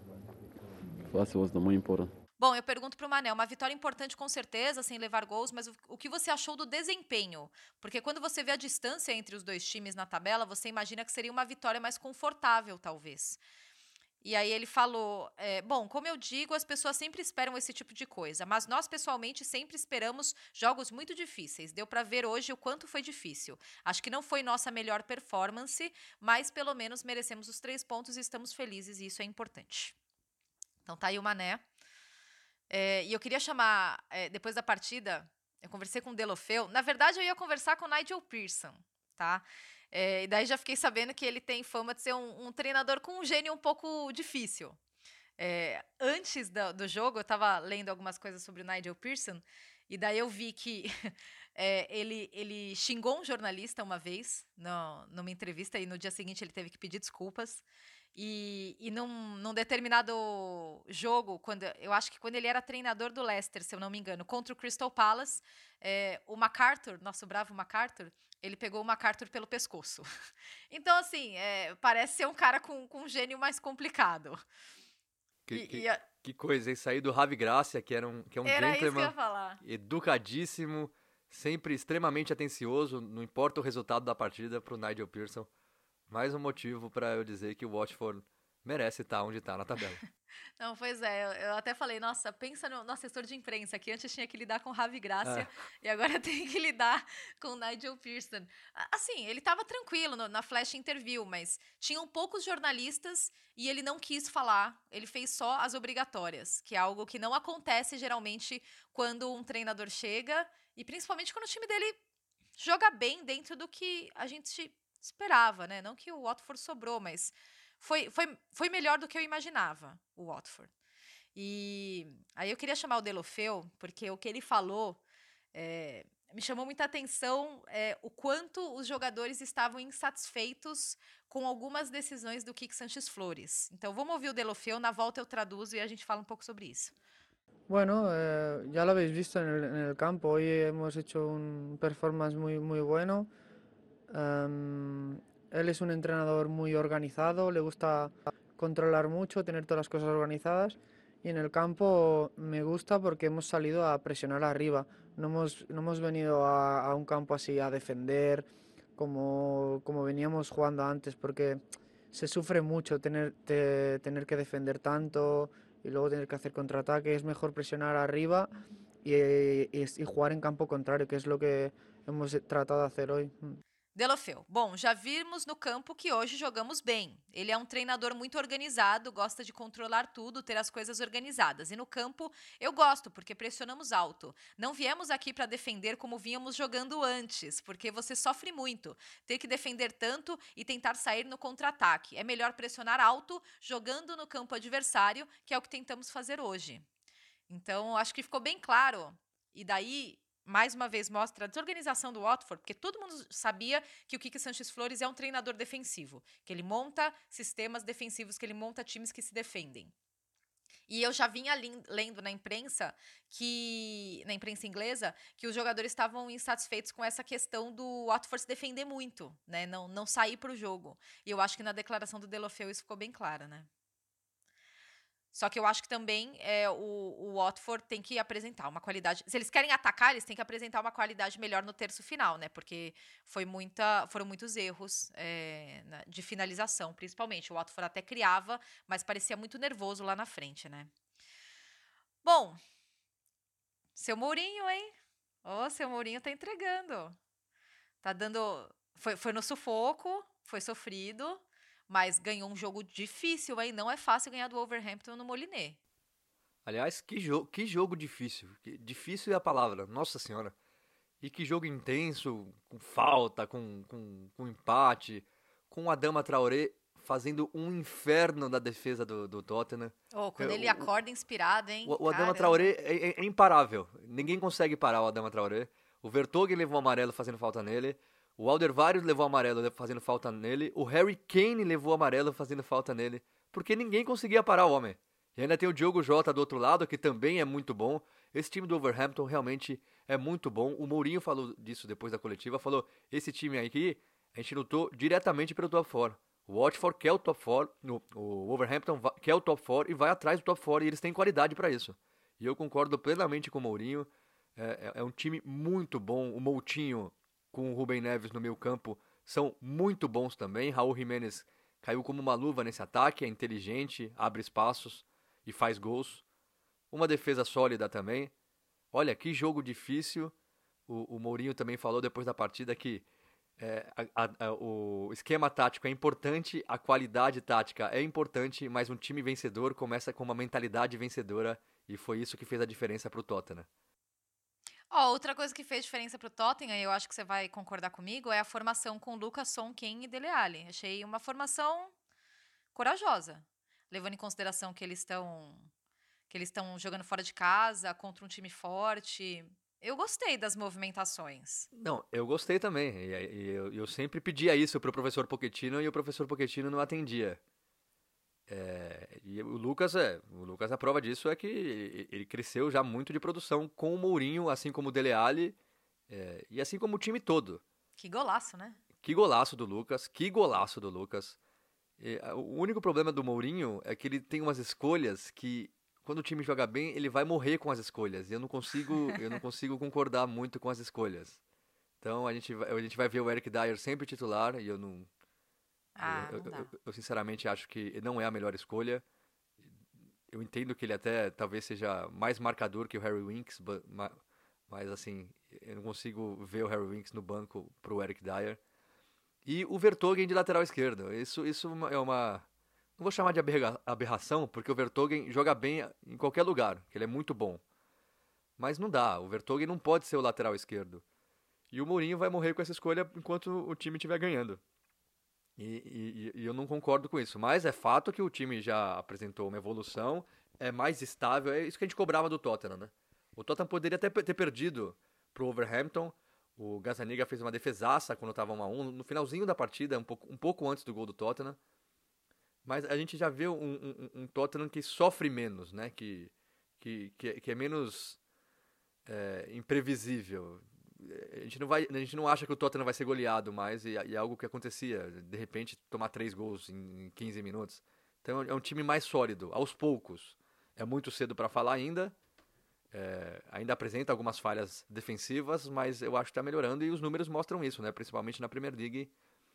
for us it was the more important. Bom, eu pergunto para o Mané, uma vitória importante com certeza, sem levar gols, mas o que você achou do desempenho? Porque quando você vê a distância entre os dois times na tabela, você imagina que seria uma vitória mais confortável, talvez. E aí ele falou, bom, como eu digo, as pessoas sempre esperam esse tipo de coisa, mas nós pessoalmente sempre esperamos jogos muito difíceis. Deu para ver hoje o quanto foi difícil. Acho que não foi nossa melhor performance, mas pelo menos merecemos os 3 pontos e estamos felizes e isso é importante. Então tá aí o Mané. E eu queria chamar, depois da partida, eu conversei com o Deulofeu. Na verdade, eu ia conversar com o Nigel Pearson, tá? E daí já fiquei sabendo que ele tem fama de ser um treinador com um gênio um pouco difícil. Antes do jogo, eu estava lendo algumas coisas sobre o Nigel Pearson, e daí eu vi que ele xingou um jornalista uma vez, numa entrevista, e no dia seguinte ele teve que pedir desculpas. E num determinado jogo, eu acho que quando ele era treinador do Leicester, se eu não me engano, contra o Crystal Palace, o MacArthur, nosso bravo MacArthur, ele pegou o MacArthur pelo pescoço. Então, assim, parece ser um cara com um gênio mais complicado. Que coisa, hein? Sair do Ravi Gracia, que é um era isso que eu gentleman ia falar. educadíssimo, sempre extremamente atencioso, não importa o resultado da partida, pro Nigel Pearson. Mais um motivo para eu dizer que o Watford merece estar onde está na tabela. Não, pois é, eu até falei, nossa, pensa no assessor de imprensa, que antes tinha que lidar com o Ravi Gracia e agora tem que lidar com o Nigel Pearson. Assim, ele estava tranquilo na flash interview, mas tinham poucos jornalistas e ele não quis falar, ele fez só as obrigatórias, que é algo que não acontece geralmente quando um treinador chega e principalmente quando o time dele joga bem dentro do que a gente esperava, né? Não que o Watford sobrou, mas foi melhor do que eu imaginava, o Watford. E aí eu queria chamar o Deulofeu, porque o que ele falou me chamou muita atenção, o quanto os jogadores estavam insatisfeitos com algumas decisões do Quique Sánchez Flores. Então vamos ouvir o Deulofeu, na volta eu traduzo e a gente fala um pouco sobre isso. Bueno, ya lo habéis visto en el campo. Hoy hemos hecho un performance muy, muy bueno. Él es un entrenador muy organizado, le gusta controlar mucho, tener todas las cosas organizadas, y en el campo me gusta porque hemos salido a presionar arriba, no hemos venido a un campo así a defender como veníamos jugando antes, porque se sufre mucho tener que defender tanto y luego tener que hacer contraataque. Es mejor presionar arriba y jugar en campo contrario, que es lo que hemos tratado de hacer hoy. Deulofeu, bom, já vimos no campo que hoje jogamos bem. Ele é um treinador muito organizado, gosta de controlar tudo, ter as coisas organizadas. E no campo eu gosto, porque pressionamos alto. Não viemos aqui para defender como vínhamos jogando antes, porque você sofre muito. Ter que defender tanto e tentar sair no contra-ataque. É melhor pressionar alto, jogando no campo adversário, que é o que tentamos fazer hoje. Então, acho que ficou bem claro. E daí, mais uma vez, mostra a desorganização do Watford, porque todo mundo sabia que o Quique Sánchez Flores é um treinador defensivo, que ele monta sistemas defensivos, que ele monta times que se defendem. E eu já vinha lendo na imprensa inglesa, que os jogadores estavam insatisfeitos com essa questão do Watford se defender muito, né? Não sair para o jogo. E eu acho que na declaração do Deulofeu isso ficou bem claro, né? Só que eu acho que também o Watford tem que apresentar uma qualidade. Se eles querem atacar, eles têm que apresentar uma qualidade melhor no terço final, né? Porque foram muitos erros de finalização, principalmente. O Watford até criava, mas parecia muito nervoso lá na frente, né? Bom, seu Mourinho, hein? Seu Mourinho tá entregando. Tá dando. Foi no sufoco, foi sofrido. mas ganhou um jogo difícil, hein? Não é fácil ganhar do Wolverhampton no Molineux. Aliás, que jogo difícil. Difícil é a palavra, nossa senhora. E que jogo intenso, com falta, com empate, com o Adama Traoré fazendo um inferno da defesa do Tottenham. Quando ele acorda inspirado, hein? O Adama Traoré é imparável. Ninguém consegue parar o Adama Traoré. O Vertonghen levou amarelo fazendo falta nele. O Alderweireld levou amarelo fazendo falta nele. O Harry Kane levou amarelo fazendo falta nele. Porque ninguém conseguia parar o homem. E ainda tem o Diogo Jota do outro lado, que também é muito bom. Esse time do Wolverhampton realmente é muito bom. O Mourinho falou disso depois da coletiva. Falou, esse time aqui, a gente lutou diretamente pelo top 4. O Watford quer o top 4, o Wolverhampton quer o top 4 e vai atrás do top 4 e eles têm qualidade para isso. E eu concordo plenamente com o Mourinho. É um time muito bom. O Moutinho com o Rubem Neves no meio campo são muito bons também. Raul Jiménez caiu como uma luva nesse ataque, é inteligente, abre espaços e faz gols. Uma defesa sólida também. Olha, que jogo difícil. O Mourinho também falou depois da partida que o esquema tático é importante, a qualidade tática é importante, mas um time vencedor começa com uma mentalidade vencedora e foi isso que fez a diferença para o Tottenham. Outra coisa que fez diferença pro Tottenham, e eu acho que você vai concordar comigo, é a formação com Lucas, Son, Kane e Dele Alli. Achei uma formação corajosa, levando em consideração que eles estão jogando fora de casa, contra um time forte. Eu gostei das movimentações. Não, eu gostei também. Eu sempre pedia isso pro professor Pochettino e o professor Pochettino não atendia. E o Lucas, a prova disso é que ele cresceu já muito de produção com o Mourinho, assim como o Dele Alli, e assim como o time todo. Que golaço, né? Que golaço do Lucas, que golaço do Lucas. O único problema do Mourinho é que ele tem umas escolhas que, quando o time joga bem, ele vai morrer com as escolhas. E eu não consigo concordar muito com as escolhas. Então a gente vai ver o Eric Dyer sempre titular e eu não... Eu sinceramente acho que não é a melhor escolha. Eu entendo que ele até talvez seja mais marcador que o Harry Winks, mas assim, eu não consigo ver o Harry Winks no banco pro Eric Dyer. E o Vertonghen de lateral esquerdo. Isso é uma... Não vou chamar de aberração, porque o Vertonghen joga bem em qualquer lugar, que ele é muito bom. Mas não dá, o Vertonghen não pode ser o lateral esquerdo. E o Mourinho vai morrer com essa escolha enquanto o time estiver ganhando. E eu não concordo com isso. Mas é fato que o time já apresentou uma evolução, é mais estável, é isso que a gente cobrava do Tottenham, né? O Tottenham poderia até ter perdido pro Wolverhampton. O Gazzaniga fez uma defesaça quando estava 1-1, no finalzinho da partida, um pouco antes do gol do Tottenham. Mas a gente já vê um Tottenham que sofre menos, né? Que é menos imprevisível. A gente não acha que o Tottenham vai ser goleado mais, e é algo que acontecia. De repente, tomar 3 gols em 15 minutos. Então é um time mais sólido, aos poucos. É muito cedo para falar ainda. Ainda apresenta algumas falhas defensivas, mas eu acho que está melhorando e os números mostram isso, né? Principalmente na Premier League.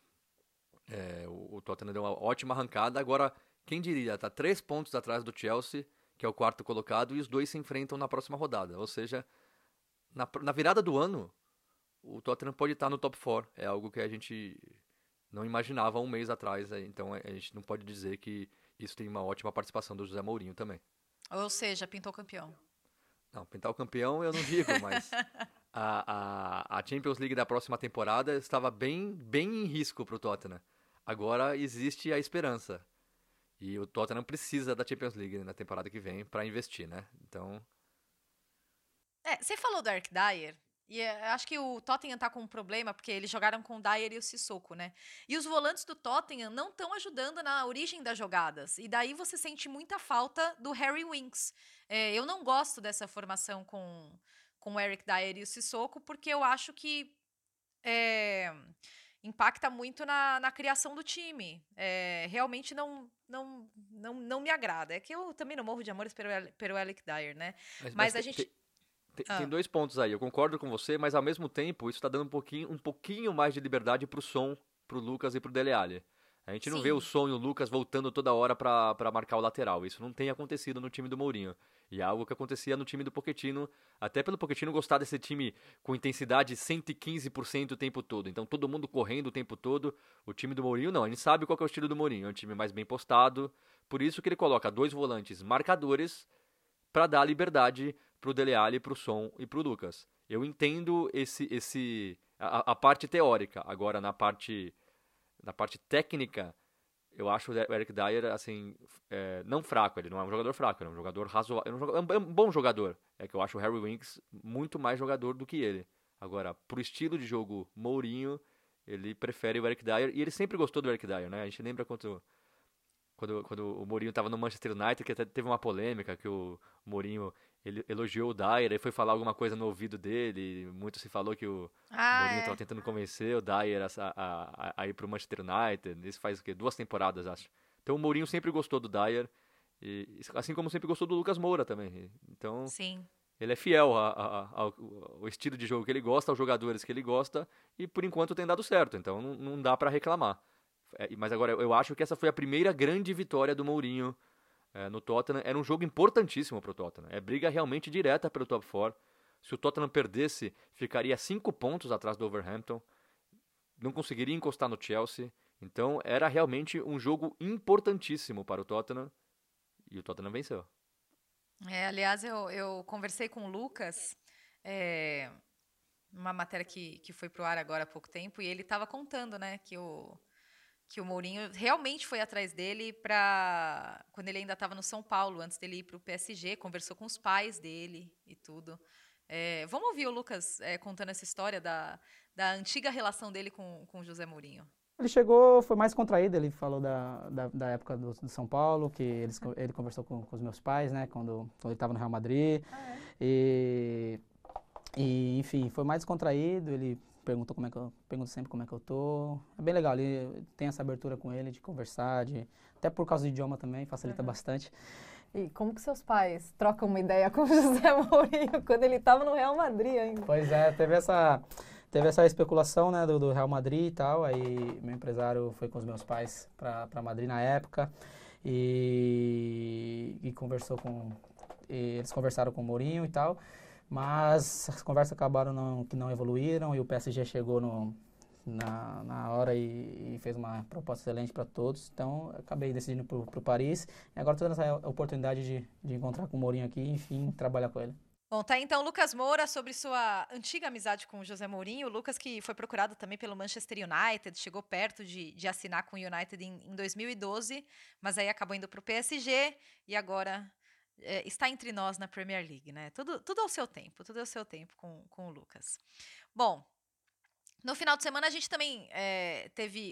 O Tottenham deu uma ótima arrancada. Agora, quem diria, está 3 pontos atrás do Chelsea, que é o 4º colocado, e os dois se enfrentam na próxima rodada. Ou seja, na virada do ano, o Tottenham pode estar no top 4. É algo que a gente não imaginava um mês atrás. Então a gente não pode dizer que isso tem uma ótima participação do José Mourinho também. Ou seja, pintou campeão. Não, pintar o campeão eu não digo, mas a Champions League da próxima temporada estava bem em risco para o Tottenham. Agora existe a esperança. E o Tottenham precisa da Champions League na temporada que vem para investir, né? Então... Você falou do Eric Dyer, e acho que o Tottenham tá com um problema, porque eles jogaram com o Dyer e o Sissoko, né? E os volantes do Tottenham não estão ajudando na origem das jogadas. E daí você sente muita falta do Harry Winks. Eu não gosto dessa formação com o Eric Dyer e o Sissoko, porque eu acho que impacta muito na criação do time. Realmente não me agrada. É que eu também não morro de amores pelo Eric Dyer, né? Mas a gente... Tem 2 pontos aí, eu concordo com você, mas ao mesmo tempo isso está dando um pouquinho mais de liberdade pro Son, pro Lucas e pro Dele Alli. A gente não Sim. vê o Son e o Lucas voltando toda hora pra marcar o lateral. Isso não tem acontecido no time do Mourinho. E é algo que acontecia no time do Pochettino, até pelo Pochettino gostar desse time com intensidade 115% o tempo todo. Então todo mundo correndo o tempo todo. O time do Mourinho não, a gente sabe qual que é o estilo do Mourinho. É um time mais bem postado. Por isso que ele coloca 2 volantes marcadores para dar liberdade pro Dele Alli, pro Son e pro Lucas. Eu entendo a parte teórica. Agora na parte técnica, eu acho o Eric Dyer, assim, não fraco, ele não é um jogador fraco, ele é um jogador razoável, é um bom jogador. É que eu acho o Harry Winks muito mais jogador do que ele. Agora, pro estilo de jogo Mourinho, ele prefere o Eric Dyer, e ele sempre gostou do Eric Dyer, né? A gente lembra quando o Mourinho estava no Manchester United, que até teve uma polêmica, que o Mourinho ele elogiou o Dyer e foi falar alguma coisa no ouvido dele. Muito se falou que o Mourinho estava tentando convencer o Dyer a ir pro Manchester United. Isso faz o quê? 2 temporadas, acho. Então o Mourinho sempre gostou do Dyer, e, assim como sempre gostou do Lucas Moura também. Então Sim. ele é fiel ao estilo de jogo que ele gosta, aos jogadores que ele gosta, e por enquanto tem dado certo. Então não dá para reclamar. Mas agora, eu acho que essa foi a primeira grande vitória do Mourinho no Tottenham. Era um jogo importantíssimo pro Tottenham. É briga realmente direta pelo top 4. Se o Tottenham perdesse, ficaria 5 pontos atrás do Wolverhampton. Não conseguiria encostar no Chelsea. Então, era realmente um jogo importantíssimo para o Tottenham. E o Tottenham venceu. Aliás, eu conversei com o Lucas, uma matéria que foi pro ar agora há pouco tempo, e ele estava contando, né, que o Mourinho realmente foi atrás dele quando ele ainda estava no São Paulo, antes dele ir para o PSG, conversou com os pais dele e tudo. Vamos ouvir o Lucas contando essa história da antiga relação dele com o José Mourinho. Ele chegou, foi mais contraído, ele falou da época do São Paulo, que ele conversou com os meus pais, né, quando ele estava no Real Madrid. E, enfim, foi mais descontraído, ele perguntou pergunta sempre como é que eu tô. É bem legal, ele tem essa abertura com ele de conversar, até por causa do idioma também, facilita bastante. E como que seus pais trocam uma ideia com o José Mourinho quando ele estava no Real Madrid ainda? Pois é, teve essa especulação, né, do Real Madrid e tal, aí meu empresário foi com os meus pais para Madrid na época e conversou eles conversaram com o Mourinho e tal. Mas as conversas acabaram que não evoluíram e o PSG chegou na hora e fez uma proposta excelente para todos. Então, eu acabei decidindo pro Paris. E agora estou tendo essa oportunidade de encontrar com o Mourinho aqui e, enfim, trabalhar com ele. Bom, tá aí então Lucas Moura sobre sua antiga amizade com o José Mourinho. O Lucas que foi procurado também pelo Manchester United, chegou perto de assinar com o United em 2012, mas aí acabou indo pro PSG e agora está entre nós na Premier League, né? Tudo ao seu tempo, com o Lucas. Bom, no final de semana a gente também teve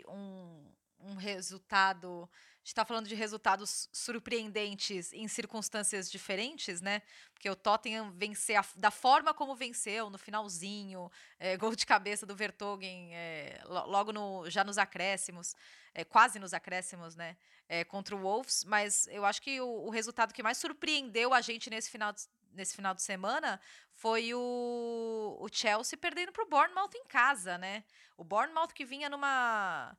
um resultado. A gente está falando de resultados surpreendentes em circunstâncias diferentes, né? Porque o Tottenham vencer da forma como venceu, no finalzinho, gol de cabeça do Vertonghen, logo já nos acréscimos, quase nos acréscimos, né? Contra o Wolves, mas eu acho que o resultado que mais surpreendeu a gente nesse final de semana foi o Chelsea perdendo para o Bournemouth em casa, né? O Bournemouth que vinha numa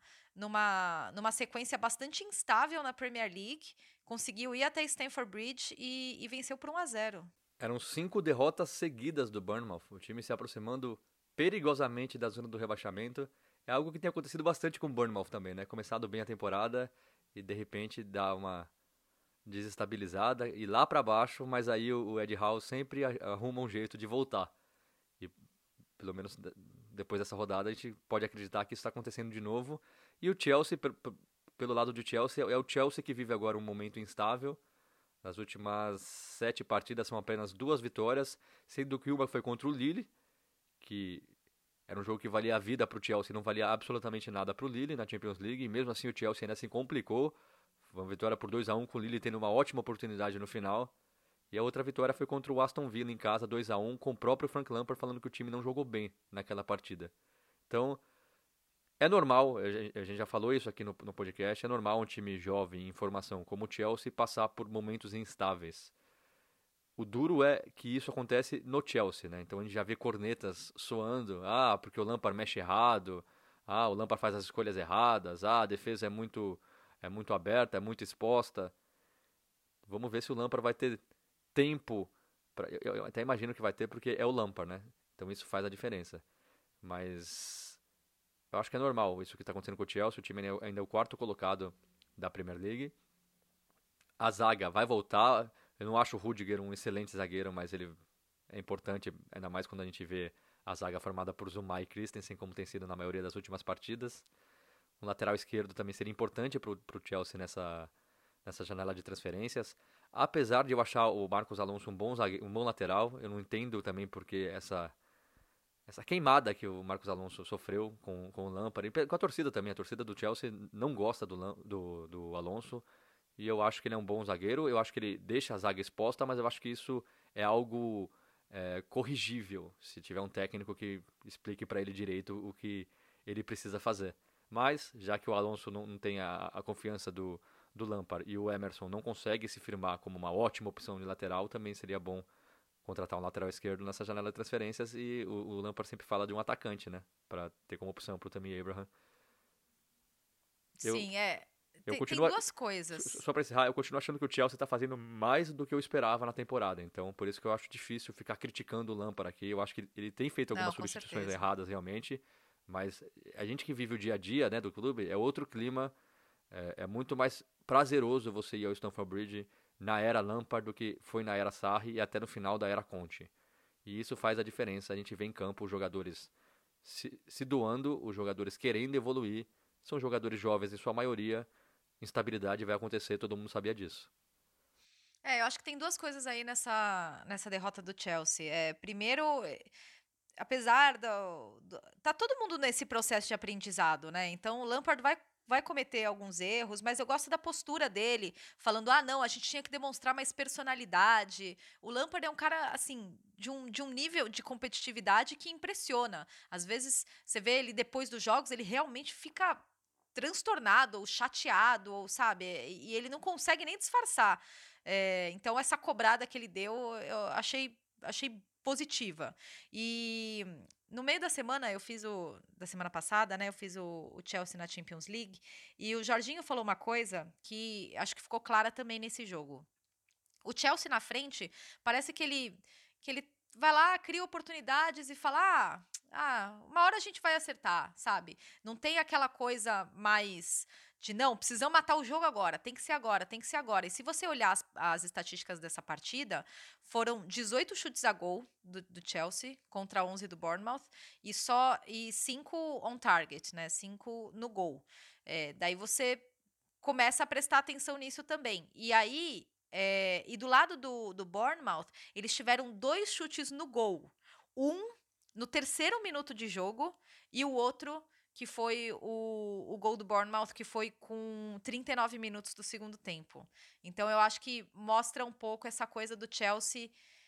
sequência bastante instável na Premier League, conseguiu ir até Stamford Bridge e venceu por 1-0. Eram 5 derrotas seguidas do Bournemouth, o time se aproximando perigosamente da zona do rebaixamento. É algo que tem acontecido bastante com o Bournemouth também, né? Começado bem a temporada e de repente dá uma desestabilizada e lá para baixo, mas aí o Eddie Howe sempre arruma um jeito de voltar. E pelo menos depois dessa rodada a gente pode acreditar que isso está acontecendo de novo. E o Chelsea, pelo lado do Chelsea, é o Chelsea que vive agora um momento instável. Nas últimas 7 partidas são apenas 2 vitórias, sendo que uma foi contra o Lille, que era um jogo que valia a vida para o Chelsea, não valia absolutamente nada para o Lille na Champions League, e mesmo assim o Chelsea ainda se complicou. Uma vitória por 2-1 com o Lille tendo uma ótima oportunidade no final. E a outra vitória foi contra o Aston Villa em casa, 2-1, com o próprio Frank Lampard falando que o time não jogou bem naquela partida. Então, é normal, a gente já falou isso aqui no podcast, é normal um time jovem em formação como o Chelsea passar por momentos instáveis. O duro é que isso acontece no Chelsea, né? Então a gente já vê cornetas soando, porque o Lampard mexe errado, o Lampard faz as escolhas erradas, a defesa é muito aberta, é muito exposta. Vamos ver se o Lampard vai ter tempo, eu até imagino que vai ter, porque é o Lampard, né? Então isso faz a diferença. Mas eu acho que é normal isso que está acontecendo com o Chelsea. O time ainda é o 4º colocado da Premier League. A zaga vai voltar. Eu não acho o Rudiger um excelente zagueiro, mas ele é importante, ainda mais quando a gente vê a zaga formada por Zuma e Christensen, como tem sido na maioria das últimas partidas. O lateral esquerdo também seria importante para o Chelsea nessa janela de transferências. Apesar de eu achar o Marcos Alonso um bom lateral, eu não entendo também porque essa queimada que o Marcos Alonso sofreu com o Lampard, e com a torcida também. A torcida do Chelsea não gosta do Alonso, e eu acho que ele é um bom zagueiro. Eu acho que ele deixa a zaga exposta, mas eu acho que isso é algo corrigível, se tiver um técnico que explique para ele direito o que ele precisa fazer. Mas, já que o Alonso não tem a confiança do Lampard e o Emerson não consegue se firmar como uma ótima opção de lateral, também seria bom contratar um lateral esquerdo nessa janela de transferências. E o Lampard sempre fala de um atacante, né, para ter como opção para o Tammy Abraham. Sim, tem duas coisas. Só para encerrar, eu continuo achando que o Chelsea está fazendo mais do que eu esperava na temporada. Então, por isso que eu acho difícil ficar criticando o Lampard aqui. Eu acho que ele tem feito algumas substituições erradas, realmente. Mas a gente que vive o dia a dia, né, do clube, é outro clima. É muito mais prazeroso você ir ao Stamford Bridge na era Lampard do que foi na era Sarri e até no final da era Conte. E isso faz a diferença. A gente vê em campo os jogadores se doando, os jogadores querendo evoluir. São jogadores jovens em sua maioria. Instabilidade vai acontecer, todo mundo sabia disso. Eu acho que tem duas coisas aí nessa derrota do Chelsea. Primeiro, apesar tá todo mundo nesse processo de aprendizado, né? Então o Lampard vai cometer alguns erros, mas eu gosto da postura dele, falando, não, a gente tinha que demonstrar mais personalidade. O Lampard é um cara, assim, de um nível de competitividade que impressiona. Às vezes, você vê ele depois dos jogos, ele realmente fica transtornado, ou chateado, ou sabe, e ele não consegue nem disfarçar. Então, essa cobrada que ele deu, eu achei positiva. E no meio da semana, da semana passada, né, eu fiz o Chelsea na Champions League, e o Jorginho falou uma coisa que acho que ficou clara também nesse jogo. O Chelsea na frente, parece que ele vai lá, cria oportunidades e fala, uma hora a gente vai acertar, sabe? Não tem aquela coisa mais de, não, precisamos matar o jogo agora, tem que ser agora, tem que ser agora. E se você olhar as estatísticas dessa partida, foram 18 chutes a gol do Chelsea contra 11 do Bournemouth e 5 on target, né? 5 no gol. Daí você começa a prestar atenção nisso também. E aí, e do lado do Bournemouth, eles tiveram 2 chutes no gol. Um no terceiro minuto de jogo e o outro que foi o gol do Bournemouth, que foi com 39 minutos do segundo tempo. Então, eu acho que mostra um pouco essa coisa do Chelsea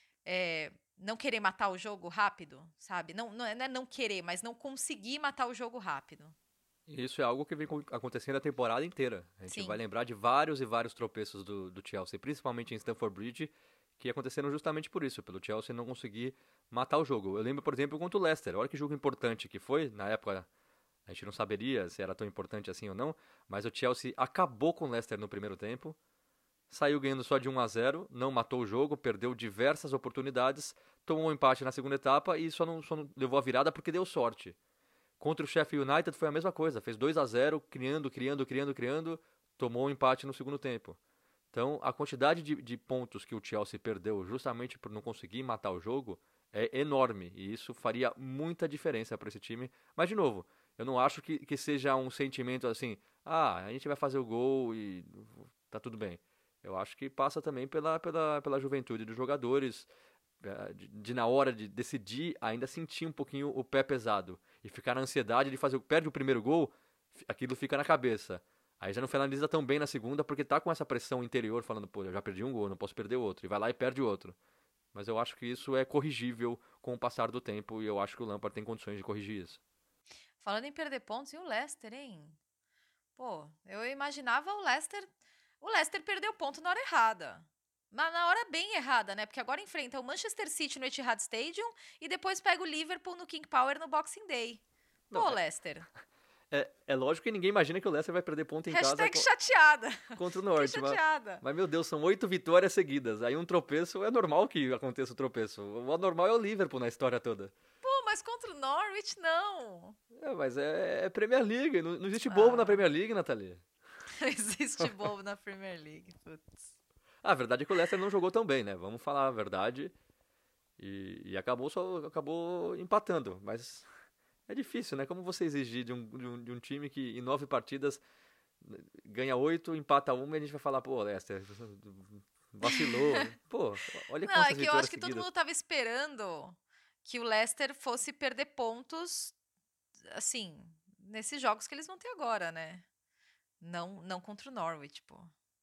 não querer matar o jogo rápido, sabe? Não é não querer, mas não conseguir matar o jogo rápido. Isso é algo que vem acontecendo a temporada inteira. A gente vai lembrar de vários e vários tropeços do Chelsea, principalmente em Stamford Bridge, que aconteceram justamente por isso, pelo Chelsea não conseguir matar o jogo. Eu lembro, por exemplo, contra o Leicester. Olha que jogo importante que foi, na época a gente não saberia se era tão importante assim ou não, mas o Chelsea acabou com o Leicester no primeiro tempo, saiu ganhando só de 1-0, não matou o jogo, perdeu diversas oportunidades, tomou um empate na segunda etapa e só não levou a virada porque deu sorte. Contra o Sheffield United foi a mesma coisa, fez 2-0, criando, tomou um empate no segundo tempo. Então, a quantidade de pontos que o Chelsea perdeu justamente por não conseguir matar o jogo é enorme, e isso faria muita diferença para esse time. Mas, de novo, eu não acho que seja um sentimento assim, a gente vai fazer o gol e tá tudo bem. Eu acho que passa também pela juventude dos jogadores, de na hora de decidir ainda sentir um pouquinho o pé pesado e ficar na ansiedade de perde o primeiro gol, aquilo fica na cabeça. Aí já não finaliza tão bem na segunda porque tá com essa pressão interior falando, eu já perdi um gol, não posso perder outro, e vai lá e perde outro. Mas eu acho que isso é corrigível com o passar do tempo e eu acho que o Lampard tem condições de corrigir isso. Falando em perder pontos, e o Leicester, hein? Eu imaginava o Leicester perdeu ponto na hora errada. Mas na hora bem errada, né? Porque agora enfrenta o Manchester City no Etihad Stadium e depois pega o Liverpool no King Power no Boxing Day. Leicester. É lógico que ninguém imagina que o Leicester vai perder ponto em casa Hashtag chateada. contra o Norte. Fiquei chateada. Mas, meu Deus, são 8 vitórias seguidas. Aí um tropeço, é normal que aconteça o tropeço. O anormal é o Liverpool na história toda. Pô, mas contra o Norwich, não. Mas é Premier League. Não existe bobo na Premier League, Nathalie. Não existe bobo na Premier League. Putz. A verdade é que o Leicester não jogou tão bem, né? Vamos falar a verdade. E acabou empatando. Mas é difícil, né? Como você exigir de um time que em 9 partidas ganha 8, empata 1 e a gente vai falar, pô, Leicester vacilou. Pô, olha quantas Não, é que eu vitórias acho que todo seguidas. mundo tava esperando que o Leicester fosse perder pontos, assim, nesses jogos que eles vão ter agora, né? Não contra o Norwich, pô.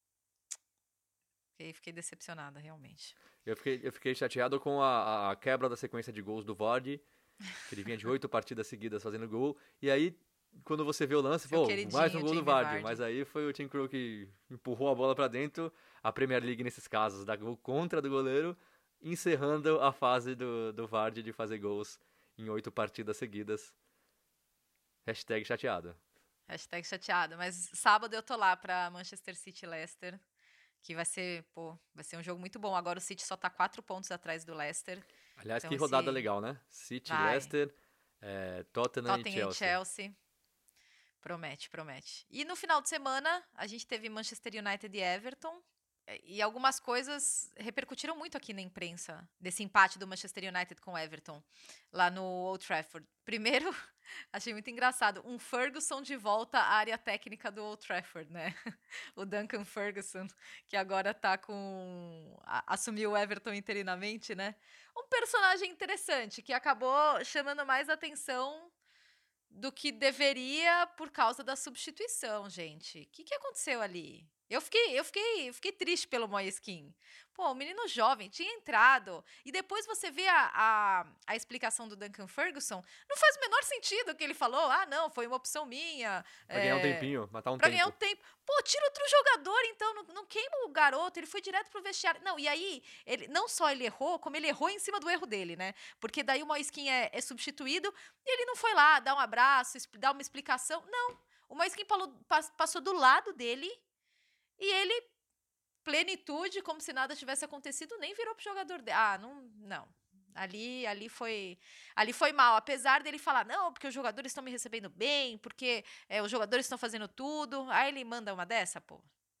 Fiquei decepcionada, realmente. Eu fiquei chateado com a quebra da sequência de gols do Vardy, que ele vinha de 8 partidas seguidas fazendo gol, e aí, quando você vê o lance, Seu pô, queridinho, mais um gol do Jamie Vardy, Vardy. mas aí foi o Tim Krul que empurrou a bola pra dentro, a Premier League nesses casos, dá gol contra do goleiro, encerrando a fase do Vardy de fazer gols em 8 partidas seguidas. Hashtag chateado. Hashtag chateada. Mas sábado eu tô lá pra Manchester City e Leicester, que vai ser um jogo muito bom. Agora o City só tá 4 pontos atrás do Leicester. Aliás, Então que rodada legal, né? City, Vai. Leicester, Tottenham Tottenham e e Chelsea. Promete. E no final de semana, a gente teve Manchester United e Everton. E algumas coisas repercutiram muito aqui na imprensa, desse empate do Manchester United com o Everton, lá no Old Trafford. Primeiro, achei muito engraçado, um Ferguson de volta à área técnica do Old Trafford, né? O Duncan Ferguson, que agora tá assumiu o Everton interinamente, né? Um personagem interessante, que acabou chamando mais atenção do que deveria por causa da substituição, gente. O que aconteceu ali? Eu fiquei triste pelo Moiskin. Pô, o menino jovem tinha entrado. E depois você vê a explicação do Duncan Ferguson. Não faz o menor sentido o que ele falou. Ah, não, foi uma opção minha. Pra ganhar um tempinho, matar um pra tempo. ganhar um tempo. Pô, tira outro jogador, então. Não queima o garoto. Ele foi direto pro vestiário. Não, e aí, não só ele errou, como ele errou em cima do erro dele, né? Porque daí o Moiskin é substituído e ele não foi lá dar um abraço, dar uma explicação. Não. O Moiskin passou do lado dele. E ele, plenitude, como se nada tivesse acontecido, nem virou pro jogador dele. Ah, não. Ali foi mal. Apesar dele falar, não, porque os jogadores estão me recebendo bem, porque os jogadores estão fazendo tudo. Aí ele manda uma dessa, pô.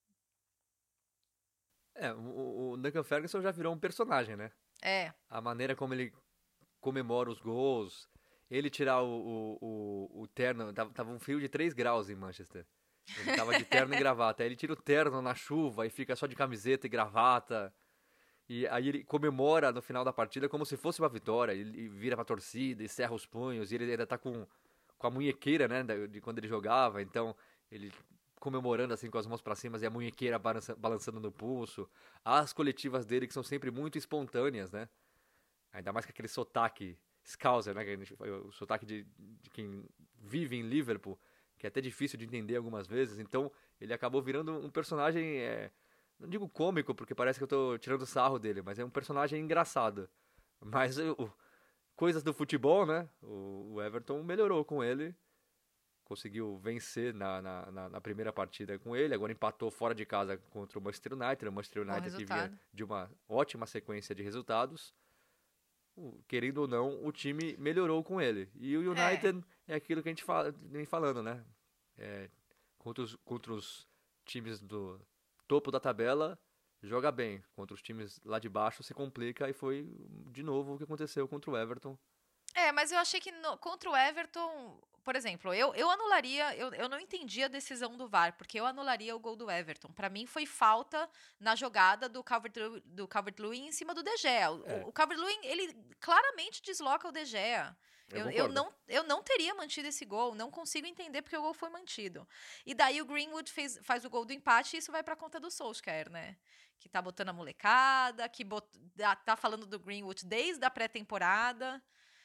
O Duncan Ferguson já virou um personagem, né? A maneira como ele comemora os gols, ele tirar o terno, tava um frio de 3 graus em Manchester. Ele tava de terno e gravata. Aí ele tira o terno na chuva e fica só de camiseta e gravata. E aí ele comemora no final da partida como se fosse uma vitória. Ele vira pra torcida e cerra os punhos. E ele ainda tá com a munhequeira, né? De quando ele jogava. Então, ele comemorando assim com as mãos pra cima e a munhequeira balançando no pulso. As coletivas dele que são sempre muito espontâneas, né? Ainda mais com aquele sotaque Scouser, né? O sotaque de quem vive em Liverpool, que é até difícil de entender algumas vezes. Então, ele acabou virando um personagem, não digo cômico, porque parece que eu tô tirando sarro dele, mas é um personagem engraçado. Mas coisas do futebol, né? O Everton melhorou com ele, conseguiu vencer na primeira partida com ele, agora empatou fora de casa contra o Manchester United. O Manchester United que vinha de uma ótima sequência de resultados. Querendo ou não, o time melhorou com ele. E o United é aquilo que a gente vem falando, né? Contra os times do topo da tabela, joga bem. Contra os times lá de baixo, se complica. E foi, de novo, o que aconteceu contra o Everton. Mas eu achei que contra o Everton, por exemplo, eu anularia, eu não entendi a decisão do VAR, porque eu anularia o gol do Everton. Pra mim foi falta na jogada do Calvert-Lewin em cima do De Gea. O Calvert-Lewin, ele claramente desloca o De Gea. Eu não teria mantido esse gol, não consigo entender porque o gol foi mantido. E daí o Greenwood faz o gol do empate e isso vai pra conta do Solskjaer, né? Que tá botando a molecada, que tá falando do Greenwood desde a pré-temporada.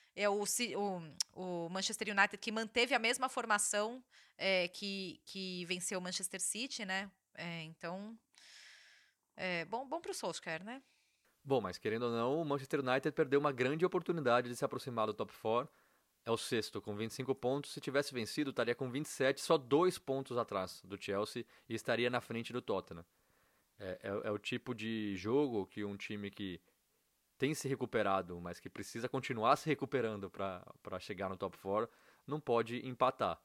O Manchester United que manteve a mesma formação que venceu o Manchester City, né? Então, bom pro Solskjaer, né? Bom, mas querendo ou não, o Manchester United perdeu uma grande oportunidade de se aproximar do top 4. é o sexto com 25 pontos. Se tivesse vencido, estaria com 27, só 2 pontos atrás do Chelsea e estaria na frente do Tottenham. É o tipo de jogo que um time que tem se recuperado, mas que precisa continuar se recuperando para chegar no top 4, não pode empatar.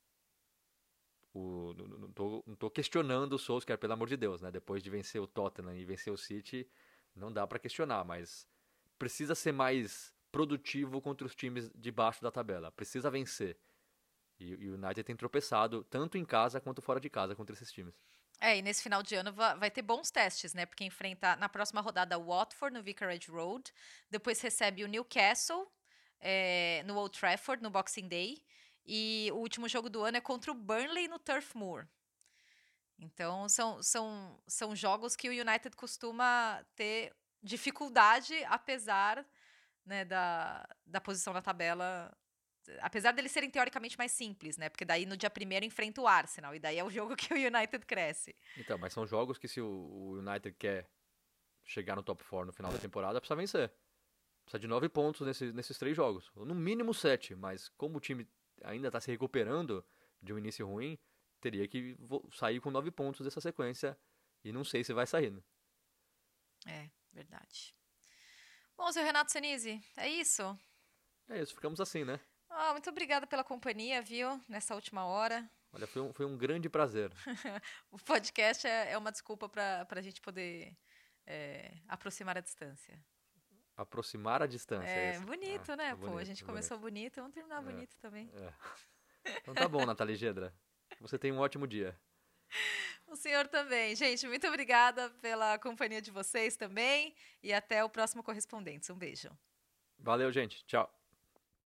Não tô questionando o Solskjaer, pelo amor de Deus, né? Depois de vencer o Tottenham e vencer o City, não dá para questionar, mas precisa ser mais produtivo contra os times de baixo da tabela. Precisa vencer. E o United tem tropeçado tanto em casa quanto fora de casa contra esses times. E nesse final de ano vai ter bons testes, né? Porque enfrenta na próxima rodada o Watford no Vicarage Road, depois recebe o Newcastle no Old Trafford, no Boxing Day, e o último jogo do ano é contra o Burnley no Turf Moor. Então são jogos que o United costuma ter dificuldade, apesar, né, da posição na tabela. Apesar deles serem teoricamente mais simples, né? Porque daí no dia 1º enfrenta o Arsenal. E daí é o jogo que o United cresce. Então, mas são jogos que se o United quer chegar no top 4 no final da temporada, precisa vencer. Precisa de 9 pontos nesses 3 jogos. No mínimo 7, mas como o time ainda está se recuperando de um início ruim, teria que sair com 9 pontos dessa sequência. E não sei se vai sair, né? Verdade. Bom, seu Renato Senise, é isso? É isso, ficamos assim, né? Muito obrigada pela companhia, viu? Nessa última hora. Olha, foi um grande prazer. O podcast é uma desculpa para a gente poder aproximar a distância. Aproximar a distância. É bonito, né? Bonito, a gente começou bonito, vamos terminar bonito também. Então tá bom, Nathalie Gedra. Você tem um ótimo dia. O senhor também. Gente, muito obrigada pela companhia de vocês também. E até o próximo Correspondentes. Um beijo. Valeu, gente. Tchau.